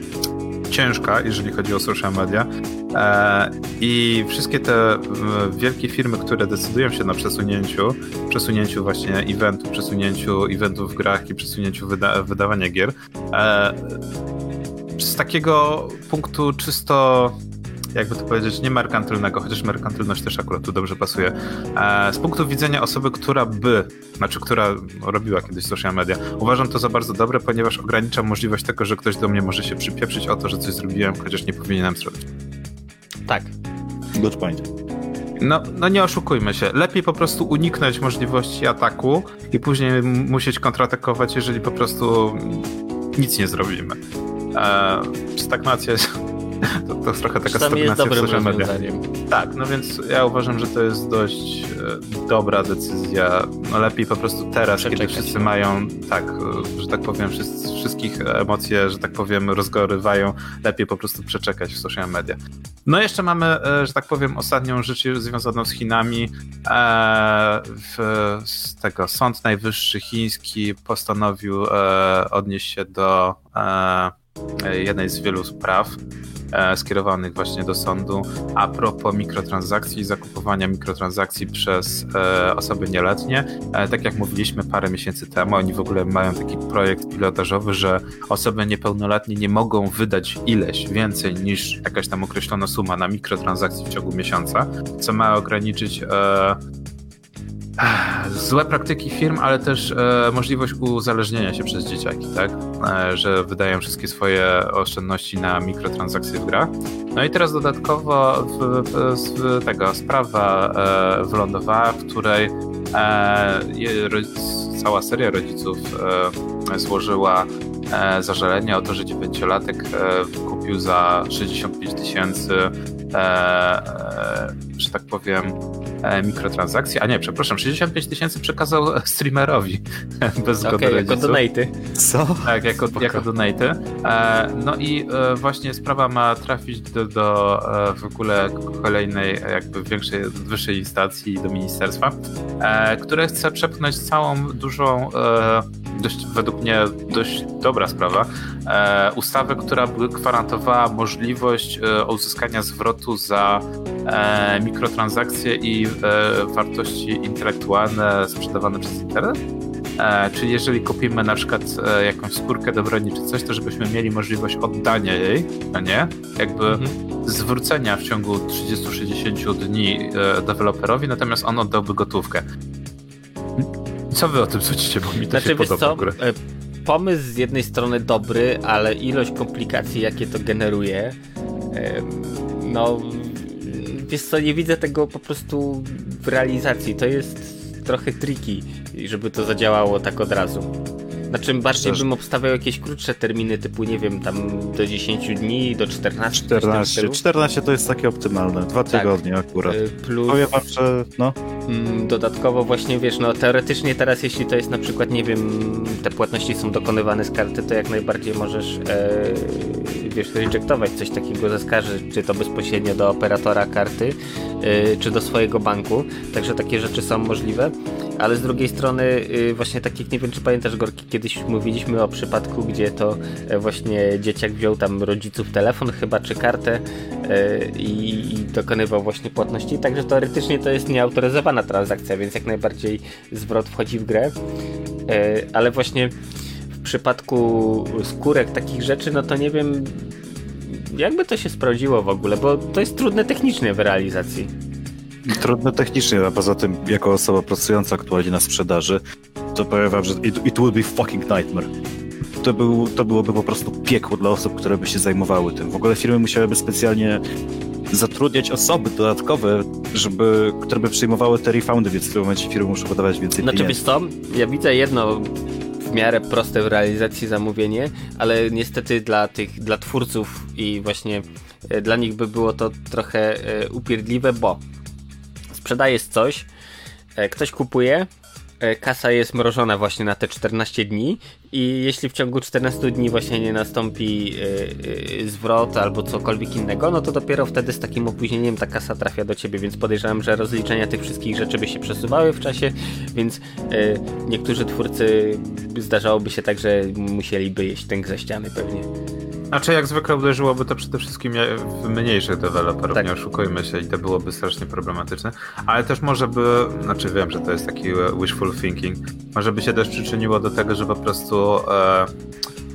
ciężka, jeżeli chodzi o social media. E, I wszystkie te e, wielkie firmy, które decydują się na przesunięciu, przesunięciu właśnie eventu, przesunięciu eventów w grach i przesunięciu wyda- wydawania gier, e, z takiego punktu czysto jakby to powiedzieć, nie merkantylnego, chociaż merkantylność też akurat tu dobrze pasuje. E, z punktu widzenia osoby, która by, znaczy która robiła kiedyś social media, uważam to za bardzo dobre, ponieważ ogranicza możliwość tego, że ktoś do mnie może się przypieprzyć o to, że coś zrobiłem, chociaż nie powinienem zrobić. Tak. Good point. No, no nie oszukujmy się. Lepiej po prostu uniknąć możliwości ataku i później musieć kontratakować, jeżeli po prostu nic nie zrobimy. E, stagnacja jest... To, to trochę taka stagnacja jest dobrym w social media. Tak, no więc ja uważam, że to jest dość e, dobra decyzja. No lepiej po prostu teraz, Przeczekać. kiedy wszyscy mają, tak, że tak powiem, wszyscy, wszystkich emocje, że tak powiem, rozgorywają, lepiej po prostu przeczekać w social media. No jeszcze mamy, e, że tak powiem, ostatnią rzecz związaną z Chinami. E, w, z tego Sąd Najwyższy chiński postanowił e, odnieść się do e, jednej z wielu spraw skierowanych właśnie do sądu a propos mikrotransakcji, zakupowania mikrotransakcji przez e, osoby nieletnie. E, tak jak mówiliśmy parę miesięcy temu, oni w ogóle mają taki projekt pilotażowy, że osoby niepełnoletnie nie mogą wydać ileś więcej niż jakaś tam określona suma na mikrotransakcji w ciągu miesiąca, co ma ograniczyć e, złe praktyki firm, ale też e, możliwość uzależnienia się przez dzieciaki, tak? E, że wydają wszystkie swoje oszczędności na mikrotransakcje w grach. No i teraz dodatkowo w, w, w tego sprawa e, wylądowała, w której e, je, rodzic, cała seria rodziców e, złożyła e, zażalenie o to, że dziewięciolatek e, wykupił za sześćdziesiąt pięć tysięcy e, e, że tak powiem mikrotransakcje, a nie, przepraszam, sześćdziesiąt pięć tysięcy przekazał streamerowi bez zgody okay, rodziców. Jako donaty. Co? Tak, jako, jako donaty. No i właśnie sprawa ma trafić do, do w ogóle kolejnej, jakby większej, wyższej instancji, do ministerstwa, które chce przepchnąć całą dużą, dość, według mnie dość dobra sprawa, ustawę, która by gwarantowała możliwość uzyskania zwrotu za mikrotransakcje i e, wartości intelektualne sprzedawane przez internet. E, czyli jeżeli kupimy na przykład e, jakąś skórkę do broni czy coś, to żebyśmy mieli możliwość oddania jej, a nie? Jakby mhm. zwrócenia w ciągu trzydzieści do sześćdziesięciu dni e, deweloperowi, natomiast on oddałby gotówkę. Co wy o tym sądzicie, bo mi to znaczy, się podoba co? w ogóle. Pomysł z jednej strony dobry, ale ilość komplikacji, jakie to generuje, e, no wiesz co, nie widzę tego po prostu w realizacji. To jest trochę tricky, żeby to zadziałało tak od razu. Znaczy bardziej bym obstawiał jakieś krótsze terminy, typu nie wiem, tam do dziesięciu dni, do czternastu. czternaście, czternaście to jest takie optymalne, dwa tak. tygodnie akurat. Plus powiem wam, że no. Dodatkowo właśnie wiesz, no teoretycznie teraz jeśli to jest na przykład, nie wiem, te płatności są dokonywane z karty, to jak najbardziej możesz e, wiesz, rejectować coś takiego, zaskarżyć, czy to bezpośrednio do operatora karty, e, czy do swojego banku, także takie rzeczy są możliwe. Ale z drugiej strony właśnie tak jak nie wiem, czy pamiętasz, Gorki, kiedyś mówiliśmy o przypadku, gdzie to właśnie dzieciak wziął tam rodziców telefon chyba, czy kartę i, i dokonywał właśnie płatności, także teoretycznie to jest nieautoryzowana transakcja, więc jak najbardziej zwrot wchodzi w grę, ale właśnie w przypadku skórek, takich rzeczy, no to nie wiem, jakby to się sprawdziło w ogóle, bo to jest trudne technicznie w realizacji. Trudne technicznie, a poza tym jako osoba pracująca aktualnie na sprzedaży, to powiem wam, że it, it would be fucking nightmare. To, był, to byłoby po prostu piekło dla osób, które by się zajmowały tym. W ogóle firmy musiałyby specjalnie zatrudniać osoby dodatkowe, żeby, które by przyjmowały te refundy, więc w tym momencie firmy muszą podawać więcej znaczy, pieniędzy. Znaczy wiesz co, ja widzę jedno w miarę proste w realizacji zamówienie, ale niestety dla tych, dla twórców i właśnie e, dla nich by było to trochę e, upierdliwe, bo sprzedajesz coś, e, ktoś kupuje, e, kasa jest mrożona właśnie na te czternaście dni i jeśli w ciągu czternastu dni właśnie nie nastąpi e, e, zwrot albo cokolwiek innego, no to dopiero wtedy z takim opóźnieniem ta kasa trafia do ciebie, więc podejrzewam, że rozliczenia tych wszystkich rzeczy by się przesuwały w czasie, więc e, niektórzy twórcy zdarzałoby się tak, że musieliby jeść tęg ze ściany pewnie. Znaczy jak zwykle uderzyłoby to przede wszystkim w mniejszych deweloperów, tak. Nie oszukujmy się, i to byłoby strasznie problematyczne, ale też może by, znaczy wiem, że to jest taki wishful thinking, może by się też przyczyniło do tego, że po prostu e,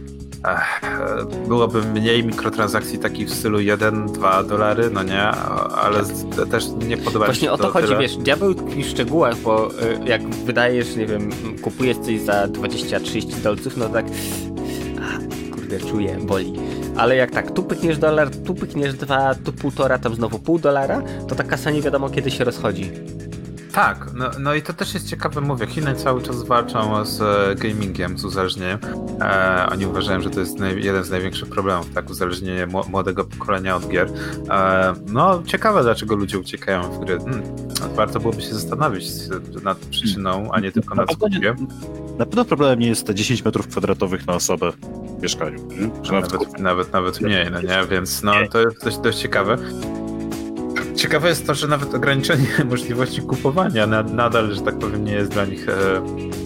ech, byłoby mniej mikrotransakcji takich w stylu jeden dwa dolary, no nie, ale z, też nie podoba mi się Właśnie o to chodzi, tyle. wiesz, diabeł tkwi w szczegółach, bo y, jak wydajesz, nie wiem, kupujesz coś za dwadzieścia trzydzieści dolców, no tak, a, kurde, czuję, boli. Ale jak tak, tu pykniesz dolar, tu pykniesz dwa, tu półtora, tam znowu pół dolara, to ta kasa nie wiadomo kiedy się rozchodzi. Tak, no, no i to też jest ciekawe, mówię, Chiny cały czas walczą z e, gamingiem, z uzależnieniem. E, oni uważają, że to jest naj, jeden z największych problemów, tak, uzależnienie mł- młodego pokolenia od gier. E, no, ciekawe, dlaczego ludzie uciekają w gry. Hmm, warto byłoby się zastanowić nad przyczyną, a nie tylko nad skutkiem. Na pewno problemem nie jest te dziesięć metrów kwadratowych na osobę w mieszkaniu. Nie? Że Nawet, nawet, nawet, nawet mniej, no nie, więc no, to jest dość, dość ciekawe. Ciekawe jest to, że nawet ograniczenie możliwości kupowania nad, nadal, że tak powiem, nie jest dla nich e,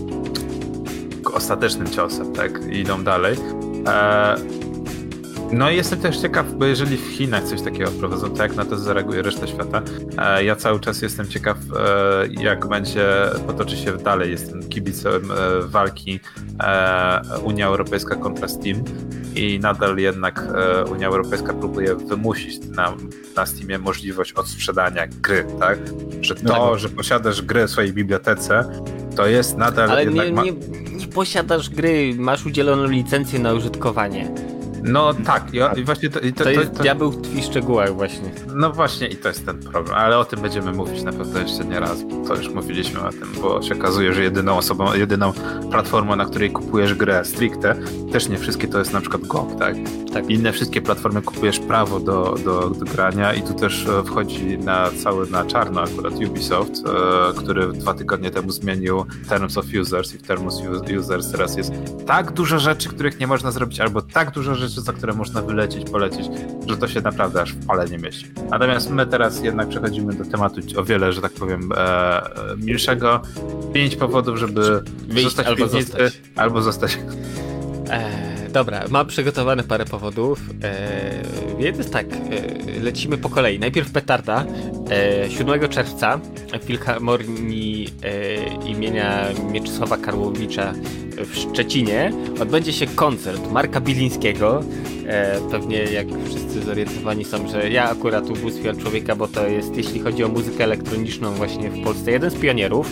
ostatecznym ciosem, tak? I idą dalej. E, no i jestem też ciekaw, bo jeżeli w Chinach coś takiego wprowadzą, to jak na to zareaguje reszta świata. E, ja cały czas jestem ciekaw, e, jak będzie, potoczy się dalej. Jestem kibicem e, walki e, Unia Europejska kontra Steam. I nadal jednak e, Unia Europejska próbuje wymusić na, na Steamie możliwość odsprzedania gry, tak? Że to, no. że posiadasz grę w swojej bibliotece, to jest nadal Ale jednak... nie, Ma... nie, nie posiadasz gry, masz udzieloną licencję na użytkowanie. No tak, i, i właśnie to... I to, To jest to, to... diabeł tkwi w szczegółach właśnie. No właśnie i to jest ten problem, ale o tym będziemy mówić na pewno jeszcze nie raz, bo to już mówiliśmy o tym, bo się okazuje, że jedyną osobą, jedyną platformą, na której kupujesz grę stricte, też nie wszystkie to jest na przykład G O G, tak? Tak. Inne wszystkie platformy kupujesz prawo do, do, do grania i tu też wchodzi na cały na czarno akurat Ubisoft, e, który dwa tygodnie temu zmienił Terms of Users i w Terms of Users teraz jest tak dużo rzeczy, których nie można zrobić, albo tak dużo rzeczy, za które można wylecieć, polecieć, że to się naprawdę aż w pale nie mieści. Natomiast my teraz jednak przechodzimy do tematu o wiele, że tak powiem, e, milszego. Pięć powodów, żeby Wyjść zostać albo w piwnicy, zostać. albo zostać. Eee, dobra, mam przygotowane parę powodów. Eee, więc tak, e, lecimy po kolei. Najpierw petarda. E, siódmego czerwca w Filharmonii e, imienia Mieczysława Karłowicza w Szczecinie odbędzie się koncert Marka Bilińskiego. E, pewnie jak wszyscy zorientowani są, że ja akurat ubóstwiam człowieka, bo to jest, jeśli chodzi o muzykę elektroniczną właśnie w Polsce, jeden z pionierów.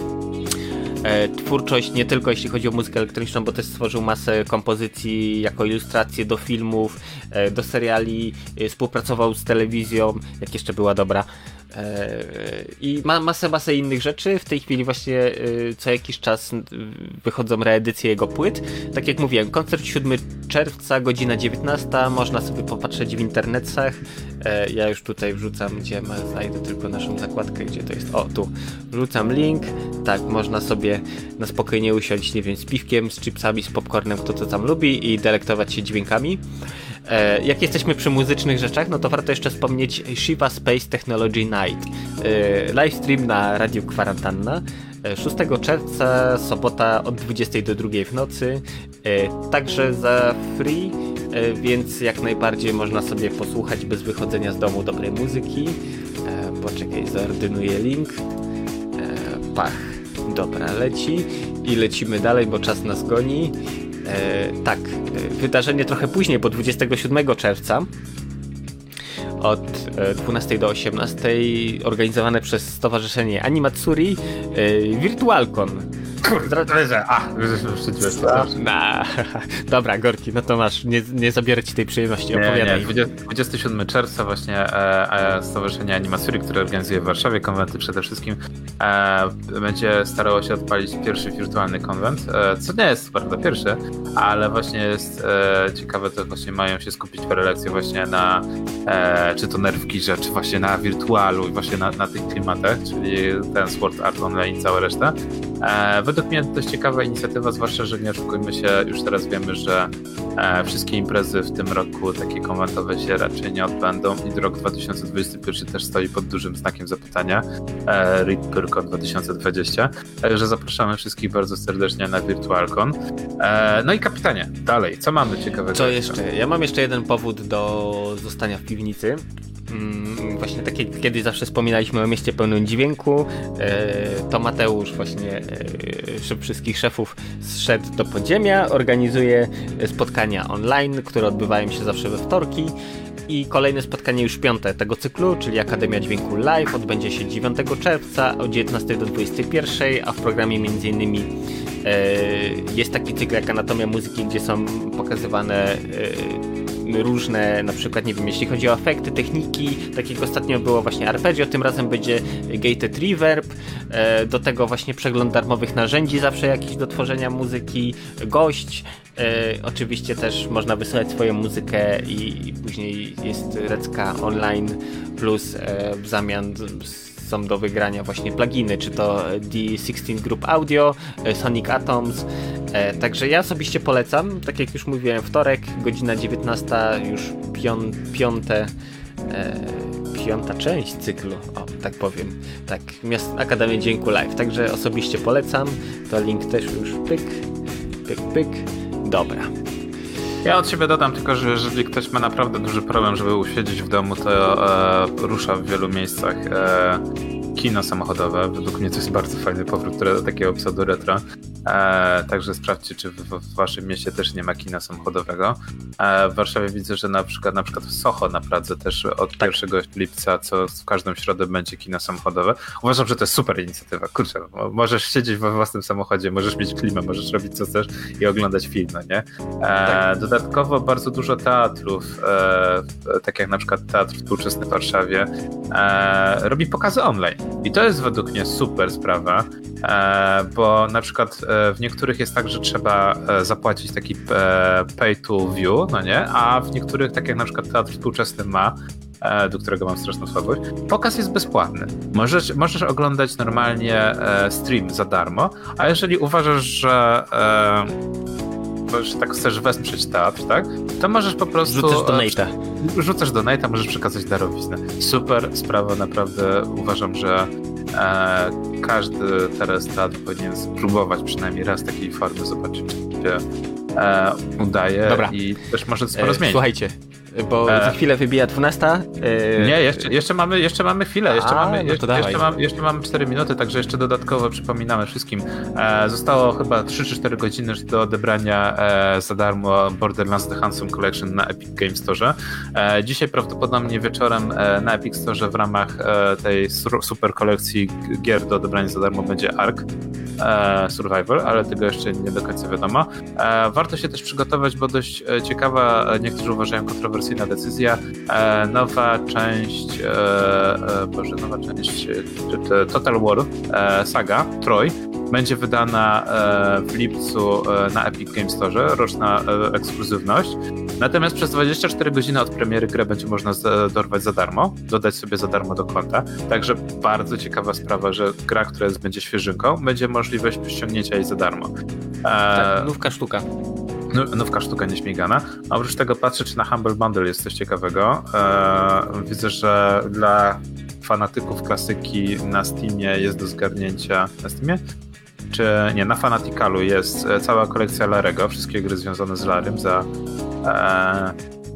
E, twórczość nie tylko jeśli chodzi o muzykę elektroniczną, bo też stworzył masę kompozycji jako ilustracje do filmów, e, do seriali, e, współpracował z telewizją, jak jeszcze była dobra. E, I ma masę, masę innych rzeczy. W tej chwili właśnie e, co jakiś czas wychodzą reedycje jego płyt. Tak jak mówiłem, koncert siódmego czerwca, godzina dziewiętnasta, można sobie popatrzeć w internetach. E, ja już tutaj wrzucam, gdzie ma, znajdę tylko naszą zakładkę, gdzie to jest, o tu, wrzucam link, tak, można sobie na spokojnie usiąść, nie wiem, z piwkiem, z chipsami, z popcornem, kto co tam lubi i delektować się dźwiękami. E, jak jesteśmy przy muzycznych rzeczach, no to warto jeszcze wspomnieć Shiva Space Technology Night. E, livestream na Radiu Kwarantanna. E, szóstego czerwca, sobota od dwudziestej do drugiej w nocy. E, także za free, e, więc jak najbardziej można sobie posłuchać bez wychodzenia z domu dobrej muzyki. E, poczekaj, zaordynuję link. E, pach. Dobra, leci. I lecimy dalej, bo czas nas goni. E, tak, e, wydarzenie trochę później, bo dwudziestego siódmego czerwca od e, dwunastej do osiemnastej organizowane przez Stowarzyszenie Animatsuri e, Virtualcon. Kurde, a, Na, dobra, Gorki, no to masz, nie, nie zabiorę ci tej przyjemności, opowiadaj. Nie, nie. dwudziestego siódmego czerwca właśnie e, e, Stowarzyszenie Animatsury, które organizuje w Warszawie konwenty przede wszystkim, e, będzie starało się odpalić pierwszy wirtualny konwent, e, co nie jest prawda pierwszy, ale właśnie jest e, ciekawe, to właśnie mają się skupić prelekcje właśnie na e, czy to Nerfgearze, czy właśnie na wirtualu i właśnie na, na tych klimatach, czyli ten Sword Art Online i cała reszta. E, według mnie to dość ciekawa inicjatywa, zwłaszcza, że nie oszukujmy się, już teraz wiemy, że e, wszystkie imprezy w tym roku takie konwentowe się raczej nie odbędą i rok dwa tysiące dwudziesty pierwszy też stoi pod dużym znakiem zapytania. E, R I P Pyrkon dwa tysiące dwudziesty. Także zapraszamy wszystkich bardzo serdecznie na Virtualcon. E, no i kapitanie, dalej, co mamy ciekawego? Co jeszcze? Ja mam jeszcze jeden powód do zostania w piwnicy. Mm, właśnie tak jak kiedyś zawsze wspominaliśmy o mieście pełnym dźwięku, e, to Mateusz właśnie szef wszystkich szefów zszedł do podziemia, organizuje spotkania online, które odbywają się zawsze we wtorki. I kolejne spotkanie już piąte tego cyklu, czyli Akademia Dźwięku Live, odbędzie się dziewiątego czerwca od dziewiętnastej do dwudziestej pierwszej, a w programie między innymi e, jest taki cykl jak Anatomia Muzyki, gdzie są pokazywane e, różne, na przykład, nie wiem, jeśli chodzi o efekty, techniki, tak jak ostatnio było właśnie arpeggio, tym razem będzie gated reverb, e, do tego właśnie przegląd darmowych narzędzi, zawsze jakiś do tworzenia muzyki, gość, e, oczywiście też można wysyłać swoją muzykę i, i później jest recka online, plus e, w zamian są do wygrania właśnie pluginy, czy to D szesnaście Group Audio, Sonic Atoms. E, także ja osobiście polecam, tak jak już mówiłem, wtorek, godzina dziewiętnasta, już pią, piąte, e, piąta część cyklu, o, tak powiem, tak, Miast Akademia Dźwięku Live, także osobiście polecam, to link też już pyk, pyk, pyk, dobra. Ja od siebie dodam tylko, że jeżeli ktoś ma naprawdę duży problem, żeby usiedzieć w domu, to e, rusza w wielu miejscach e, kino samochodowe. Według mnie to jest bardzo fajny powrót do takiego pseudo-retro. E, także sprawdźcie, czy w, w waszym mieście też nie ma kina samochodowego. E, w Warszawie widzę, że na przykład, na przykład w Soho na Pradze też od tak. pierwszego lipca co w każdą środę będzie kino samochodowe. Uważam, że to jest super inicjatywa. Kurczę, możesz siedzieć we własnym samochodzie, możesz mieć klimę, możesz robić co chcesz i oglądać filmy, nie? E, tak. Dodatkowo bardzo dużo teatrów, e, tak jak na przykład Teatr Współczesny w Warszawie, e, robi pokazy online. I to jest według mnie super sprawa, e, bo na przykład e, w niektórych jest tak, że trzeba e, zapłacić taki e, pay to view, no nie? A w niektórych, tak jak na przykład Teatr Współczesny ma, e, do którego mam straszną słabość, pokaz jest bezpłatny. Możesz, możesz oglądać normalnie e, stream za darmo, a jeżeli uważasz, że e, że tak chcesz wesprzeć teatr, tak? To możesz po prostu... Rzucasz donate'a. Rzucasz donate'a, możesz przekazać darowiznę. Super sprawa, naprawdę uważam, że e, każdy teraz teatr powinien spróbować przynajmniej raz takiej formy, zobaczyć, czy się e, udaje. Dobra. I też może sporo e, zmienić. Słuchajcie, bo e... za chwilę wybija dwunasta. E... Nie, jeszcze, jeszcze, mamy, jeszcze mamy chwilę, jeszcze, A, mamy, no jeszcze, jeszcze, mam, jeszcze mamy cztery minuty, także jeszcze dodatkowo przypominamy wszystkim. E, zostało chyba trzy czy cztery godziny do odebrania e, za darmo Borderlands The Handsome Collection na Epic Games Store. E, dzisiaj prawdopodobnie wieczorem e, na Epic Store w ramach e, tej super kolekcji gier do odebrania za darmo będzie Ark e, Survival, ale tego jeszcze nie do końca wiadomo. E, warto się też przygotować, bo dość e, ciekawa, niektórzy uważają kontrowersyjna decyzja. E, nowa część e, e, Boże, nowa część e, Total War e, Saga, Troy, będzie wydana e, w lipcu e, na Epic Games Store, roczna e, ekskluzywność. Natomiast przez dwadzieścia cztery godziny od premiery grę będzie można z, dorwać za darmo, dodać sobie za darmo do konta. Także bardzo ciekawa sprawa, że gra, która jest, będzie świeżynką, będzie możliwość ściągnięcia jej za darmo. E, tak, nówka sztuka. Nówka sztuka nieśmigana. A oprócz tego patrzę, czy na Humble Bundle jest coś ciekawego. Eee, widzę, że dla fanatyków klasyki na Steamie jest do zgarnięcia. Na Steamie? Czy nie, na Fanaticalu jest cała kolekcja Larego, wszystkie gry związane z Larym za e,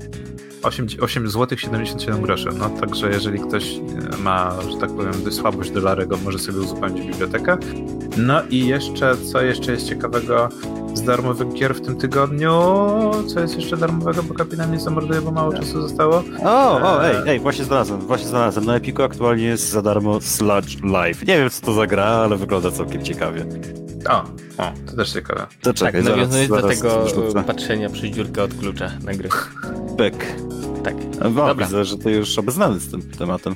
osiem złotych siedemdziesiąt siedem groszy. No także jeżeli ktoś ma, że tak powiem, słabość do Larego, może sobie uzupełnić bibliotekę. No i jeszcze, co jeszcze jest ciekawego z darmowych gier w tym tygodniu? Co jest jeszcze darmowego, bo kapitan mnie zamorduje, bo mało czasu zostało? O, o, ej, ej, właśnie znalazłem, właśnie znalazłem. Na Epiku aktualnie jest za darmo Sludge Live. Nie wiem, co to za gra, ale wygląda całkiem ciekawie. O, o, to też ciekawe. To czekaj, tak, nawiązując do tego wrzucę. patrzenia przez dziurkę od klucza na gry. Pyk. Tak. No, dobra. Widzę, że ty już obeznany z tym tematem.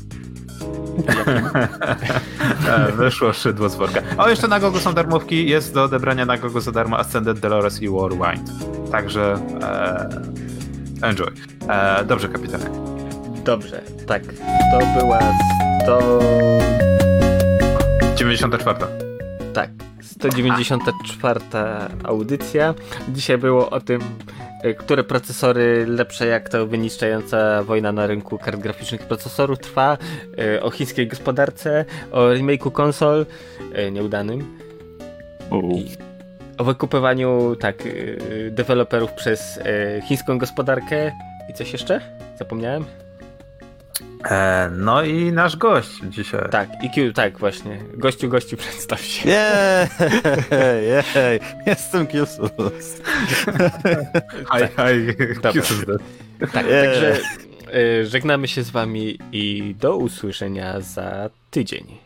Wyszło szydło z worka. O, jeszcze na Gogo są darmówki. Jest do odebrania na Gogo za darmo Ascended, Dolores i Warwind. Także e, enjoy. E, dobrze, kapitanie. Dobrze, tak. To była sto... dziewięćdziesiąta czwarta. Tak, sto dziewięćdziesiąta czwarta audycja. Dzisiaj było o tym, które procesory lepsze jak to wyniszczająca wojna na rynku kart graficznych procesorów trwa, o chińskiej gospodarce, o remake'u konsol nieudanym, uh. o wykupywaniu tak deweloperów przez chińską gospodarkę i coś jeszcze? Zapomniałem? E, no i nasz gość dzisiaj. Tak, I Q, tak właśnie. Gościu, gościu, przedstaw się. Jej, jej, jestem Kiusus. Hej, hej. Dobra. Tak, także y, żegnamy się z wami i do usłyszenia za tydzień.